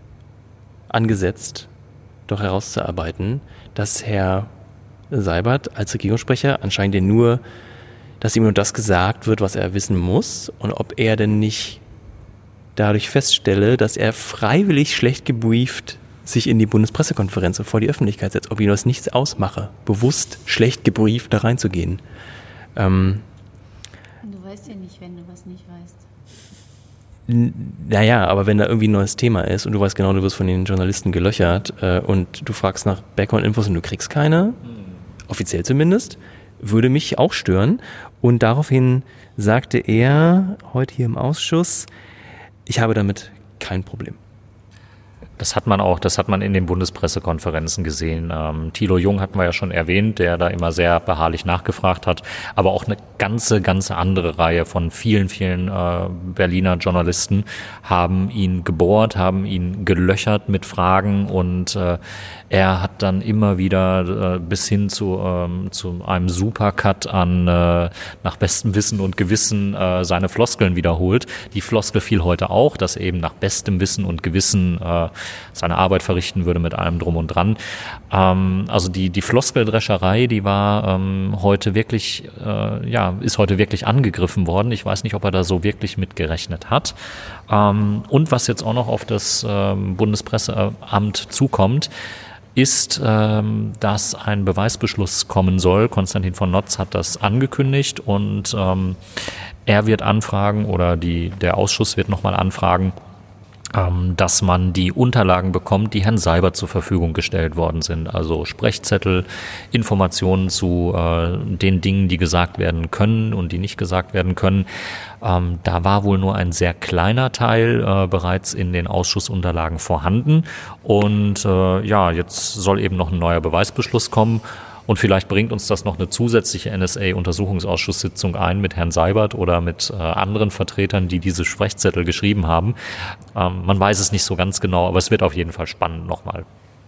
angesetzt, doch herauszuarbeiten, dass Herr Seibert als Regierungssprecher anscheinend ja nur dass ihm nur das gesagt wird, was er wissen muss und ob er denn nicht dadurch feststelle, dass er freiwillig schlecht gebrieft sich in die Bundespressekonferenz und vor die Öffentlichkeit setzt, ob ihm das nichts ausmache, bewusst schlecht gebrieft da reinzugehen. Ähm, du weißt ja nicht, wenn du was nicht weißt. N- naja, aber wenn da irgendwie ein neues Thema ist und du weißt genau, du wirst von den Journalisten gelöchert äh, und du fragst nach Background-Infos und du kriegst keine, mhm. offiziell zumindest, würde mich auch stören. Und daraufhin sagte er heute hier im Ausschuss, ich habe damit kein Problem. Das hat man auch, das hat man in den Bundespressekonferenzen gesehen. Ähm, Thilo Jung hatten wir ja schon erwähnt, der da immer sehr beharrlich nachgefragt hat, aber auch eine ganze, ganz andere Reihe von vielen, vielen äh, Berliner Journalisten haben ihn gebohrt, haben ihn gelöchert mit Fragen und äh, er hat dann immer wieder äh, bis hin zu, ähm, zu einem Supercut an äh, nach bestem Wissen und Gewissen äh, seine Floskeln wiederholt. Die Floskel fiel heute auch, dass er eben nach bestem Wissen und Gewissen äh, seine Arbeit verrichten würde mit allem drum und dran. Ähm, also die, die Floskeldrescherei, die war ähm, heute wirklich, äh, ja, ist heute wirklich angegriffen worden. Ich weiß nicht, ob er da so wirklich mit gerechnet hat. Ähm, und was jetzt auch noch auf das ähm, Bundespresseamt zukommt, ist, ähm, dass ein Beweisbeschluss kommen soll. Konstantin von Notz hat das angekündigt und ähm, er wird anfragen oder die, der Ausschuss wird nochmal anfragen, ähm, dass man die Unterlagen bekommt, die Herrn Seibert zur Verfügung gestellt worden sind. Also Sprechzettel, Informationen zu äh, den Dingen, die gesagt werden können und die nicht gesagt werden können. Ähm, da war wohl nur ein sehr kleiner Teil äh, bereits in den Ausschussunterlagen vorhanden. Und äh, ja, jetzt soll eben noch ein neuer Beweisbeschluss kommen. Und vielleicht bringt uns das noch eine zusätzliche N S A-Untersuchungsausschusssitzung ein mit Herrn Seibert oder mit äh, anderen Vertretern, die diese Sprechzettel geschrieben haben. Ähm, man weiß es nicht so ganz genau, aber es wird auf jeden Fall spannend nochmal.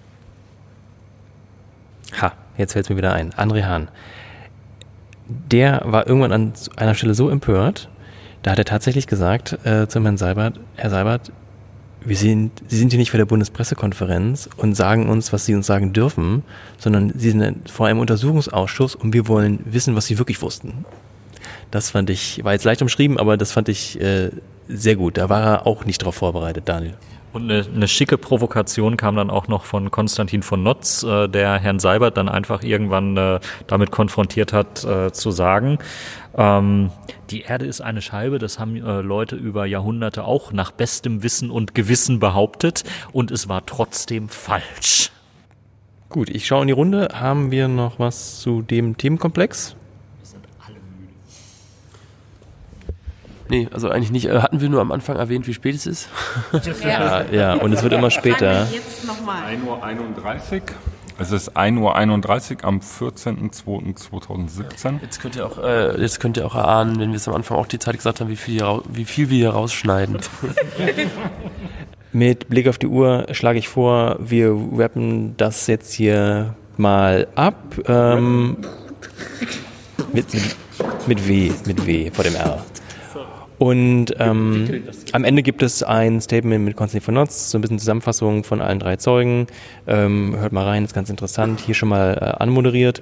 Ha, jetzt fällt es mir wieder ein. André Hahn. Der war irgendwann an einer Stelle so empört, da hat er tatsächlich gesagt äh, zum Herrn Seibert, Herr Seibert, wir sind, Sie sind hier nicht bei der Bundespressekonferenz und sagen uns, was Sie uns sagen dürfen, sondern Sie sind vor einem Untersuchungsausschuss und wir wollen wissen, was Sie wirklich wussten. Das fand ich, war jetzt leicht umschrieben, aber das fand ich äh, sehr gut. Da war er auch nicht drauf vorbereitet, Daniel. Und eine, eine schicke Provokation kam dann auch noch von Konstantin von Notz, äh, der Herrn Seibert dann einfach irgendwann äh, damit konfrontiert hat, äh, zu sagen, ähm, die Erde ist eine Scheibe, das haben äh, Leute über Jahrhunderte auch nach bestem Wissen und Gewissen behauptet und es war trotzdem falsch. Gut, ich schaue in die Runde. Haben wir noch was zu dem Themenkomplex? Nee, also eigentlich nicht. Äh, hatten wir nur am Anfang erwähnt, wie spät es ist? Ja, ja, und es wird immer später. Jetzt nochmal. ein Uhr einunddreißig. Es ist ein Uhr einunddreißig am vierzehnten zweiten zweitausendsiebzehn. Jetzt könnt ihr auch, äh, jetzt könnt ihr auch erahnen, wenn wir es am Anfang auch die Zeit gesagt haben, wie viel, hier, wie viel wir hier rausschneiden. Mit Blick auf die Uhr schlage ich vor, wir rappen das jetzt hier mal ab. Ähm, mit, mit, mit W, mit W vor dem R. Und ähm, am Ende gibt es ein Statement mit Konstantin von Notz, so ein bisschen Zusammenfassung von allen drei Zeugen. Ähm, hört mal rein, ist ganz interessant. Hier schon mal äh, anmoderiert.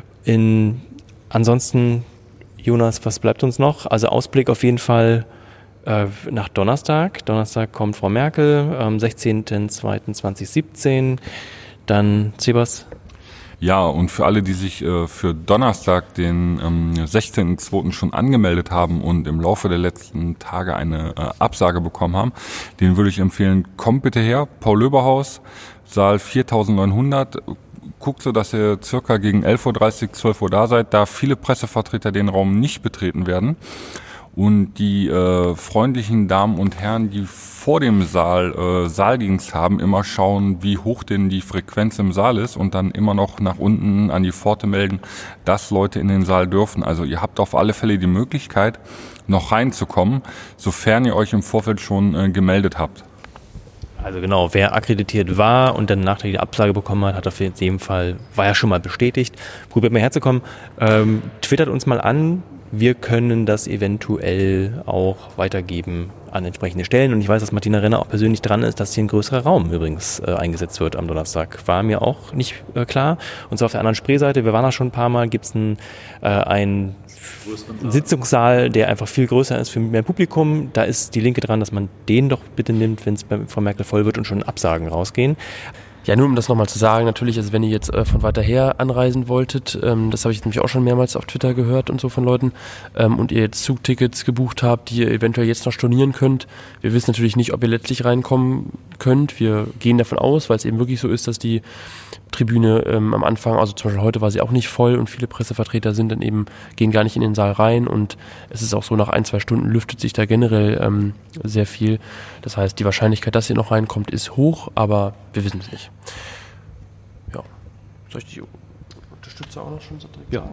In, ansonsten, Jonas, was bleibt uns noch? Also Ausblick auf jeden Fall äh, nach Donnerstag. Donnerstag kommt Frau Merkel am sechzehnten zweiten zweitausendsiebzehn. Dann Sebas. Ja, und für alle, die sich äh, für Donnerstag, den ähm, sechzehnten zweiten schon angemeldet haben und im Laufe der letzten Tage eine äh, Absage bekommen haben, denen würde ich empfehlen, kommt bitte her, Paul-Löber-Haus, Saal viertausendneunhundert. Guckt so, dass ihr circa gegen elf Uhr dreißig, zwölf Uhr da seid, da viele Pressevertreter den Raum nicht betreten werden. Und die äh, freundlichen Damen und Herren, die vor dem Saal äh, Saaldienst haben, immer schauen, wie hoch denn die Frequenz im Saal ist und dann immer noch nach unten an die Pforte melden, dass Leute in den Saal dürfen. Also ihr habt auf alle Fälle die Möglichkeit, noch reinzukommen, sofern ihr euch im Vorfeld schon äh, gemeldet habt. Also genau, wer akkreditiert war und dann nachträglich die Absage bekommen hat, hat auf jeden Fall, war ja schon mal bestätigt. Probiert mal herzukommen. Ähm, twittert uns mal an. Wir können das eventuell auch weitergeben an entsprechende Stellen. Und ich weiß, dass Martina Renner auch persönlich dran ist, dass hier ein größerer Raum übrigens äh, eingesetzt wird am Donnerstag. War mir auch nicht äh, klar. Und zwar auf der anderen Spreeseite, wir waren da schon ein paar Mal, gibt es einen, äh, einen Sitzungssaal, der einfach viel größer ist für mehr Publikum. Da ist die Linke dran, dass man den doch bitte nimmt, wenn es bei Frau Merkel voll wird und schon Absagen rausgehen. Ja, nur um das nochmal zu sagen, natürlich, also wenn ihr jetzt äh, von weiter her anreisen wolltet, ähm, das habe ich jetzt nämlich auch schon mehrmals auf Twitter gehört und so von Leuten, ähm, und ihr jetzt Zugtickets gebucht habt, die ihr eventuell jetzt noch stornieren könnt. Wir wissen natürlich nicht, ob ihr letztlich reinkommen könnt. Wir gehen davon aus, weil es eben wirklich so ist, dass die Tribüne ähm, am Anfang, also zum Beispiel heute war sie auch nicht voll und viele Pressevertreter sind dann eben, gehen gar nicht in den Saal rein und es ist auch so, nach ein, zwei Stunden lüftet sich da generell ähm, sehr viel. Das heißt, die Wahrscheinlichkeit, dass ihr noch reinkommt, ist hoch, aber wir wissen es nicht. Ja. Soll ich die Unterstützer auch noch schon so direkt Ja. sagen?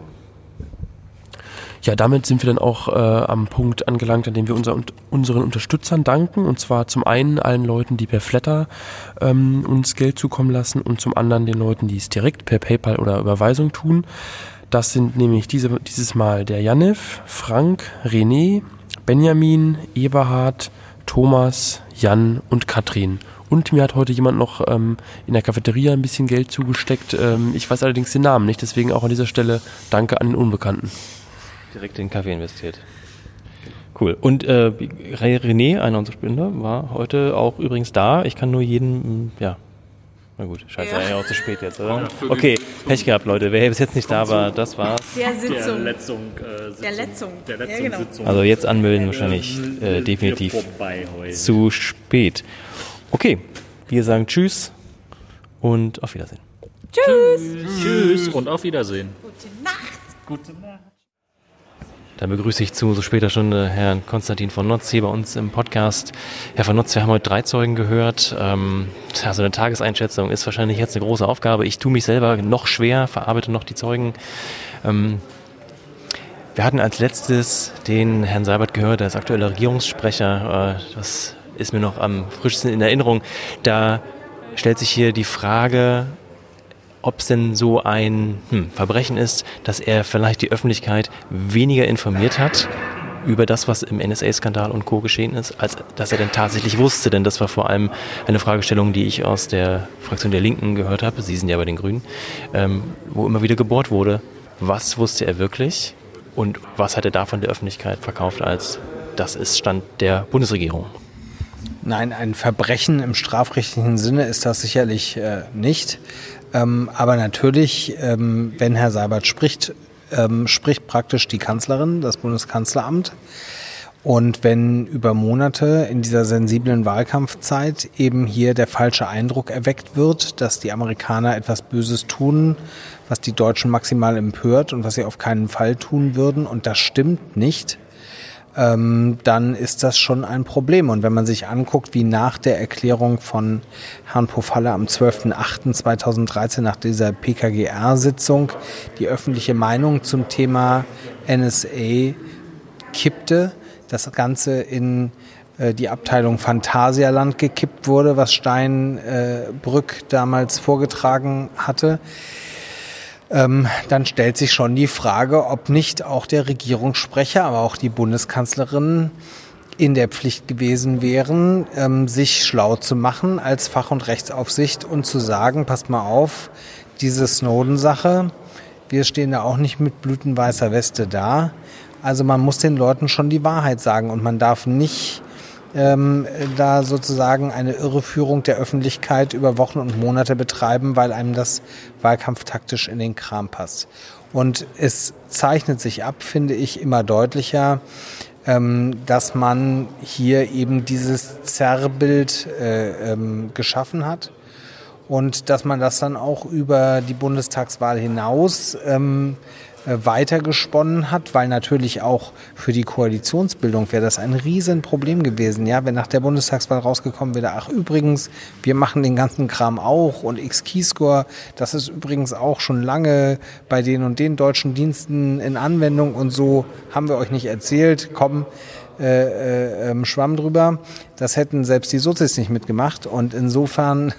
Ja, damit sind wir dann auch äh, am Punkt angelangt, an dem wir unser, unseren Unterstützern danken. Und zwar zum einen allen Leuten, die per Flatter ähm, uns Geld zukommen lassen und zum anderen den Leuten, die es direkt per PayPal oder Überweisung tun. Das sind nämlich diese, dieses Mal der Janif, Frank, René, Benjamin, Eberhard, Thomas, Jan und Katrin. Und mir hat heute jemand noch ähm, in der Cafeteria ein bisschen Geld zugesteckt. Ähm, ich weiß allerdings den Namen nicht, deswegen auch an dieser Stelle danke an den Unbekannten. Direkt in den Kaffee investiert. Cool. Und äh, René, einer unserer Spender, war heute auch übrigens da. Ich kann nur jeden, ja, na gut, scheiße, ja. Auch zu spät jetzt, oder? Okay, Pech gehabt, Leute. Wer bis jetzt nicht da war, das war's. Der Sitzung. Der Letzung, äh, Sitzung. Der Letzung. Der Letzung, Ja, genau. Sitzung. Also jetzt anmelden wahrscheinlich äh, definitiv zu spät. Okay, wir sagen Tschüss und auf Wiedersehen. Tschüss. Tschüss und auf Wiedersehen. Gute Nacht. Gute Nacht. Dann begrüße ich zu so später Stunde Herrn Konstantin von Notz hier bei uns im Podcast. Herr von Notz, wir haben heute drei Zeugen gehört. Ähm, also eine Tageseinschätzung ist wahrscheinlich jetzt eine große Aufgabe. Ich tue mich selber noch schwer, verarbeite noch die Zeugen. Ähm, wir hatten als letztes den Herrn Seibert gehört, der ist aktueller Regierungssprecher. Äh, das ist mir noch am frischsten in Erinnerung. Da stellt sich hier die Frage, ob es denn so ein hm, Verbrechen ist, dass er vielleicht die Öffentlichkeit weniger informiert hat über das, was im N S A-Skandal und Co. geschehen ist, als dass er denn tatsächlich wusste. Denn das war vor allem eine Fragestellung, die ich aus der Fraktion der Linken gehört habe. Sie sind ja bei den Grünen, ähm, wo immer wieder gebohrt wurde. Was wusste er wirklich und was hat er davon der Öffentlichkeit verkauft als das ist Stand der Bundesregierung? Nein, ein Verbrechen im strafrechtlichen Sinne ist das sicherlich äh, nicht. Ähm, aber natürlich, ähm, wenn Herr Seibert spricht, ähm, spricht praktisch die Kanzlerin, das Bundeskanzleramt. Und wenn über Monate in dieser sensiblen Wahlkampfzeit eben hier der falsche Eindruck erweckt wird, dass die Amerikaner etwas Böses tun, was die Deutschen maximal empört und was sie auf keinen Fall tun würden, und das stimmt nicht, ähm, dann ist das schon ein Problem. Und wenn man sich anguckt, wie nach der Erklärung von Herrn Pofalla am zwölften achten zweitausenddreizehn, nach dieser P K G R-Sitzung, die öffentliche Meinung zum Thema N S A kippte, das Ganze in äh, die Abteilung Phantasialand gekippt wurde, was Steinbrück äh, damals vorgetragen hatte, ähm, dann stellt sich schon die Frage, ob nicht auch der Regierungssprecher, aber auch die Bundeskanzlerin in der Pflicht gewesen wären, ähm, sich schlau zu machen als Fach- und Rechtsaufsicht und zu sagen, passt mal auf, diese Snowden-Sache, wir stehen da auch nicht mit blütenweißer Weste da. Also man muss den Leuten schon die Wahrheit sagen und man darf nicht ähm, da sozusagen eine Irreführung der Öffentlichkeit über Wochen und Monate betreiben, weil einem das wahlkampftaktisch in den Kram passt. Und es zeichnet sich ab, finde ich, immer deutlicher, ähm, dass man hier eben dieses Zerrbild äh, ähm, geschaffen hat und dass man das dann auch über die Bundestagswahl hinaus ähm, weitergesponnen hat, weil natürlich auch für die Koalitionsbildung wäre das ein Riesenproblem gewesen, ja, wenn nach der Bundestagswahl rausgekommen wäre, ach übrigens, wir machen den ganzen Kram auch und X-Keyscore, das ist übrigens auch schon lange bei den und den deutschen Diensten in Anwendung und so, haben wir euch nicht erzählt, komm, äh, äh, Schwamm drüber. Das hätten selbst die Sozis nicht mitgemacht und insofern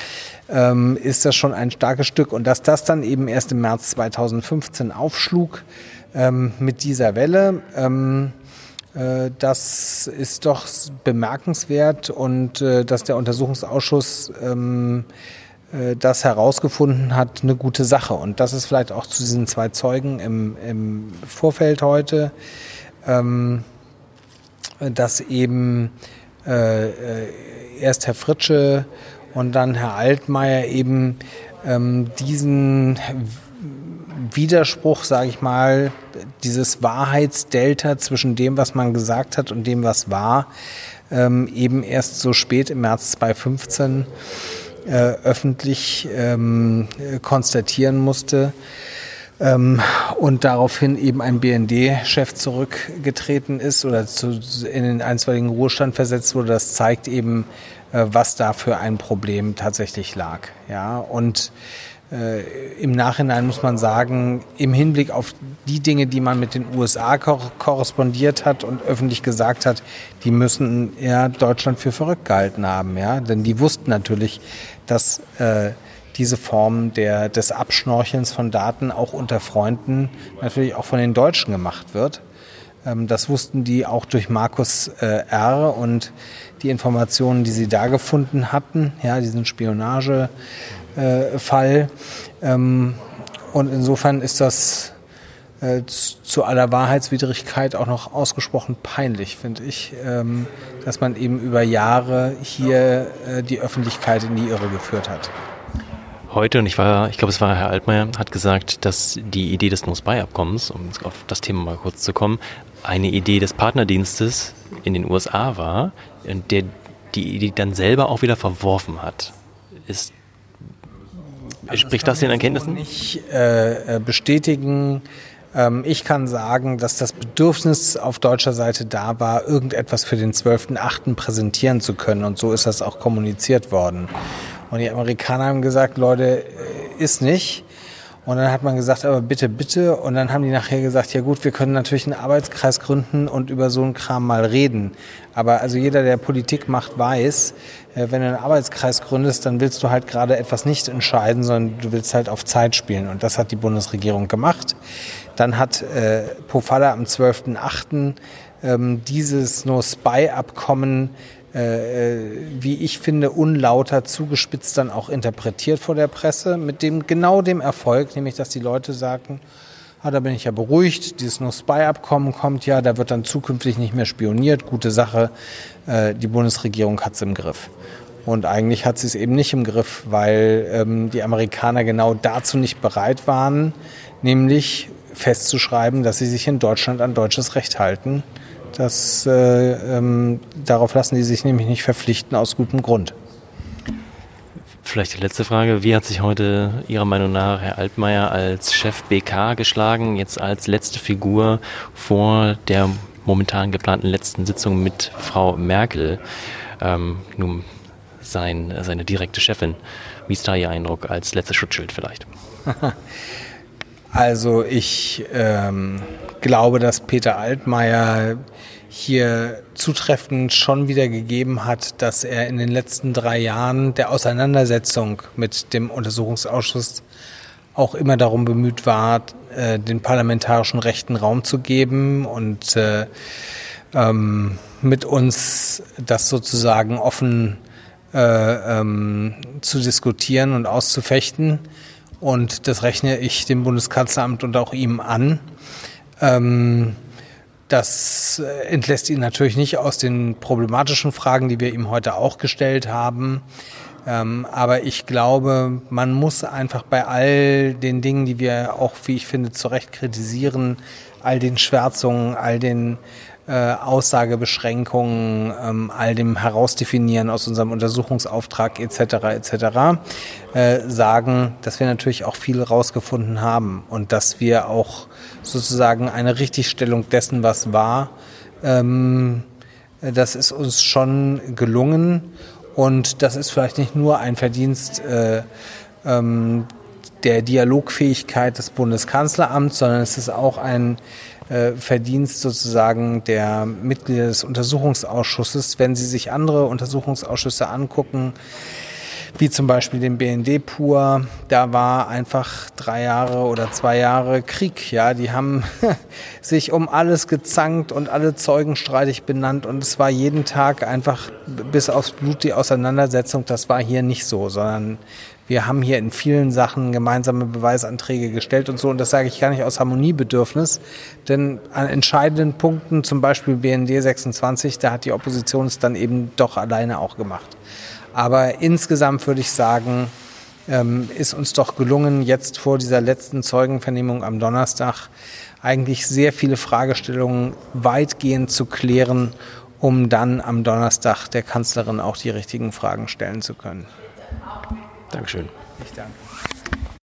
ähm, ist das schon ein starkes Stück. Und dass das dann eben erst im März zweitausendfünfzehn aufschlug ähm, mit dieser Welle, ähm, äh, das ist doch bemerkenswert und äh, dass der Untersuchungsausschuss ähm, äh, das herausgefunden hat, eine gute Sache. Und das ist vielleicht auch zu diesen zwei Zeugen im, im Vorfeld heute, ähm, dass eben äh, erst Herr Fritsche und dann Herr Altmaier eben ähm, diesen Widerspruch, sage ich mal, dieses Wahrheitsdelta zwischen dem, was man gesagt hat und dem, was war, ähm, eben erst so spät im März zweitausendfünfzehn äh, öffentlich ähm, konstatieren musste. Und daraufhin eben ein B N D-Chef zurückgetreten ist oder zu, in den einstweiligen Ruhestand versetzt wurde. Das zeigt eben, was da für ein Problem tatsächlich lag. Ja, und äh, im Nachhinein muss man sagen, im Hinblick auf die Dinge, die man mit den U S A kor- korrespondiert hat und öffentlich gesagt hat, die müssen ja Deutschland für verrückt gehalten haben. Ja, denn die wussten natürlich, dass äh, diese Form der, des Abschnorchelns von Daten auch unter Freunden natürlich auch von den Deutschen gemacht wird. Ähm, das wussten die auch durch Markus äh, R. und die Informationen, die sie da gefunden hatten, ja, diesen Spionagefall. Äh, ähm, und insofern ist das äh, zu aller Wahrheitswidrigkeit auch noch ausgesprochen peinlich, finde ich, ähm, dass man eben über Jahre hier äh, die Öffentlichkeit in die Irre geführt hat. Heute, und ich war, ich glaube, es war Herr Altmaier, hat gesagt, dass die Idee des No-Spy-Abkommens, um auf das Thema mal kurz zu kommen, eine Idee des Partnerdienstes in den U S A war, der die Idee dann selber auch wieder verworfen hat. Ist, also spricht das, das den Erkenntnissen? Nicht äh, bestätigen. Ähm, ich kann sagen, dass das Bedürfnis auf deutscher Seite da war, irgendetwas für den zwölften achten präsentieren zu können. Und so ist das auch kommuniziert worden. Und die Amerikaner haben gesagt, Leute, ist nicht. Und dann hat man gesagt, aber bitte, bitte. Und dann haben die nachher gesagt, ja gut, wir können natürlich einen Arbeitskreis gründen und über so einen Kram mal reden. Aber also jeder, der Politik macht, weiß, wenn du einen Arbeitskreis gründest, dann willst du halt gerade etwas nicht entscheiden, sondern du willst halt auf Zeit spielen. Und das hat die Bundesregierung gemacht. Dann hat äh, Pofalla am zwölften achten ähm, dieses No-Spy-Abkommen Äh, wie ich finde, unlauter zugespitzt dann auch interpretiert vor der Presse, mit dem genau dem Erfolg, nämlich dass die Leute sagen, Ah, da bin ich ja beruhigt, dieses No-Spy-Abkommen kommt ja, da wird dann zukünftig nicht mehr spioniert, gute Sache, äh, die Bundesregierung hat es im Griff. Und eigentlich hat sie es eben nicht im Griff, weil ähm, die Amerikaner genau dazu nicht bereit waren, nämlich festzuschreiben, dass sie sich in Deutschland an deutsches Recht halten. Das, äh, ähm, darauf lassen die sich nämlich nicht verpflichten, aus gutem Grund. Vielleicht die letzte Frage. Wie hat sich heute Ihrer Meinung nach Herr Altmaier als Chef B K geschlagen, jetzt als letzte Figur vor der momentan geplanten letzten Sitzung mit Frau Merkel? Ähm, nun sein, seine direkte Chefin. Wie ist da Ihr Eindruck als letztes Schutzschild vielleicht? Also ich ähm, glaube, dass Peter Altmaier hier zutreffend schon wieder gegeben hat, dass er in den letzten drei Jahren der Auseinandersetzung mit dem Untersuchungsausschuss auch immer darum bemüht war, äh, den parlamentarischen Rechten Raum zu geben und äh, ähm, mit uns das sozusagen offen äh, ähm, zu diskutieren und auszufechten. Und das rechne ich dem Bundeskanzleramt und auch ihm an. Ähm, das entlässt ihn natürlich nicht aus den problematischen Fragen, die wir ihm heute auch gestellt haben. Ähm, aber ich glaube, man muss einfach bei all den Dingen, die wir auch, wie ich finde, zu Recht kritisieren, all den Schwärzungen, all den äh, Aussagebeschränkungen, ähm, all dem Herausdefinieren aus unserem Untersuchungsauftrag et cetera et cetera äh, sagen, dass wir natürlich auch viel rausgefunden haben und dass wir auch sozusagen eine Richtigstellung dessen, was war, ähm, das ist uns schon gelungen. Und das ist vielleicht nicht nur ein Verdienst äh, ähm, der Dialogfähigkeit des Bundeskanzleramts, sondern es ist auch ein äh, Verdienst sozusagen der Mitglieder des Untersuchungsausschusses. Wenn Sie sich andere Untersuchungsausschüsse angucken, wie zum Beispiel den B N D-Pur, da war einfach drei Jahre oder zwei Jahre Krieg. Ja, die haben sich um alles gezankt und alle Zeugen streitig benannt und es war jeden Tag einfach bis aufs Blut die Auseinandersetzung. Das war hier nicht so, sondern wir haben hier in vielen Sachen gemeinsame Beweisanträge gestellt und so. Und das sage ich gar nicht aus Harmoniebedürfnis, denn an entscheidenden Punkten, zum Beispiel B N D sechsundzwanzig, da hat die Opposition es dann eben doch alleine auch gemacht. Aber insgesamt würde ich sagen, ähm, ist uns doch gelungen, jetzt vor dieser letzten Zeugenvernehmung am Donnerstag eigentlich sehr viele Fragestellungen weitgehend zu klären, um dann am Donnerstag der Kanzlerin auch die richtigen Fragen stellen zu können. Dankeschön. Ich danke.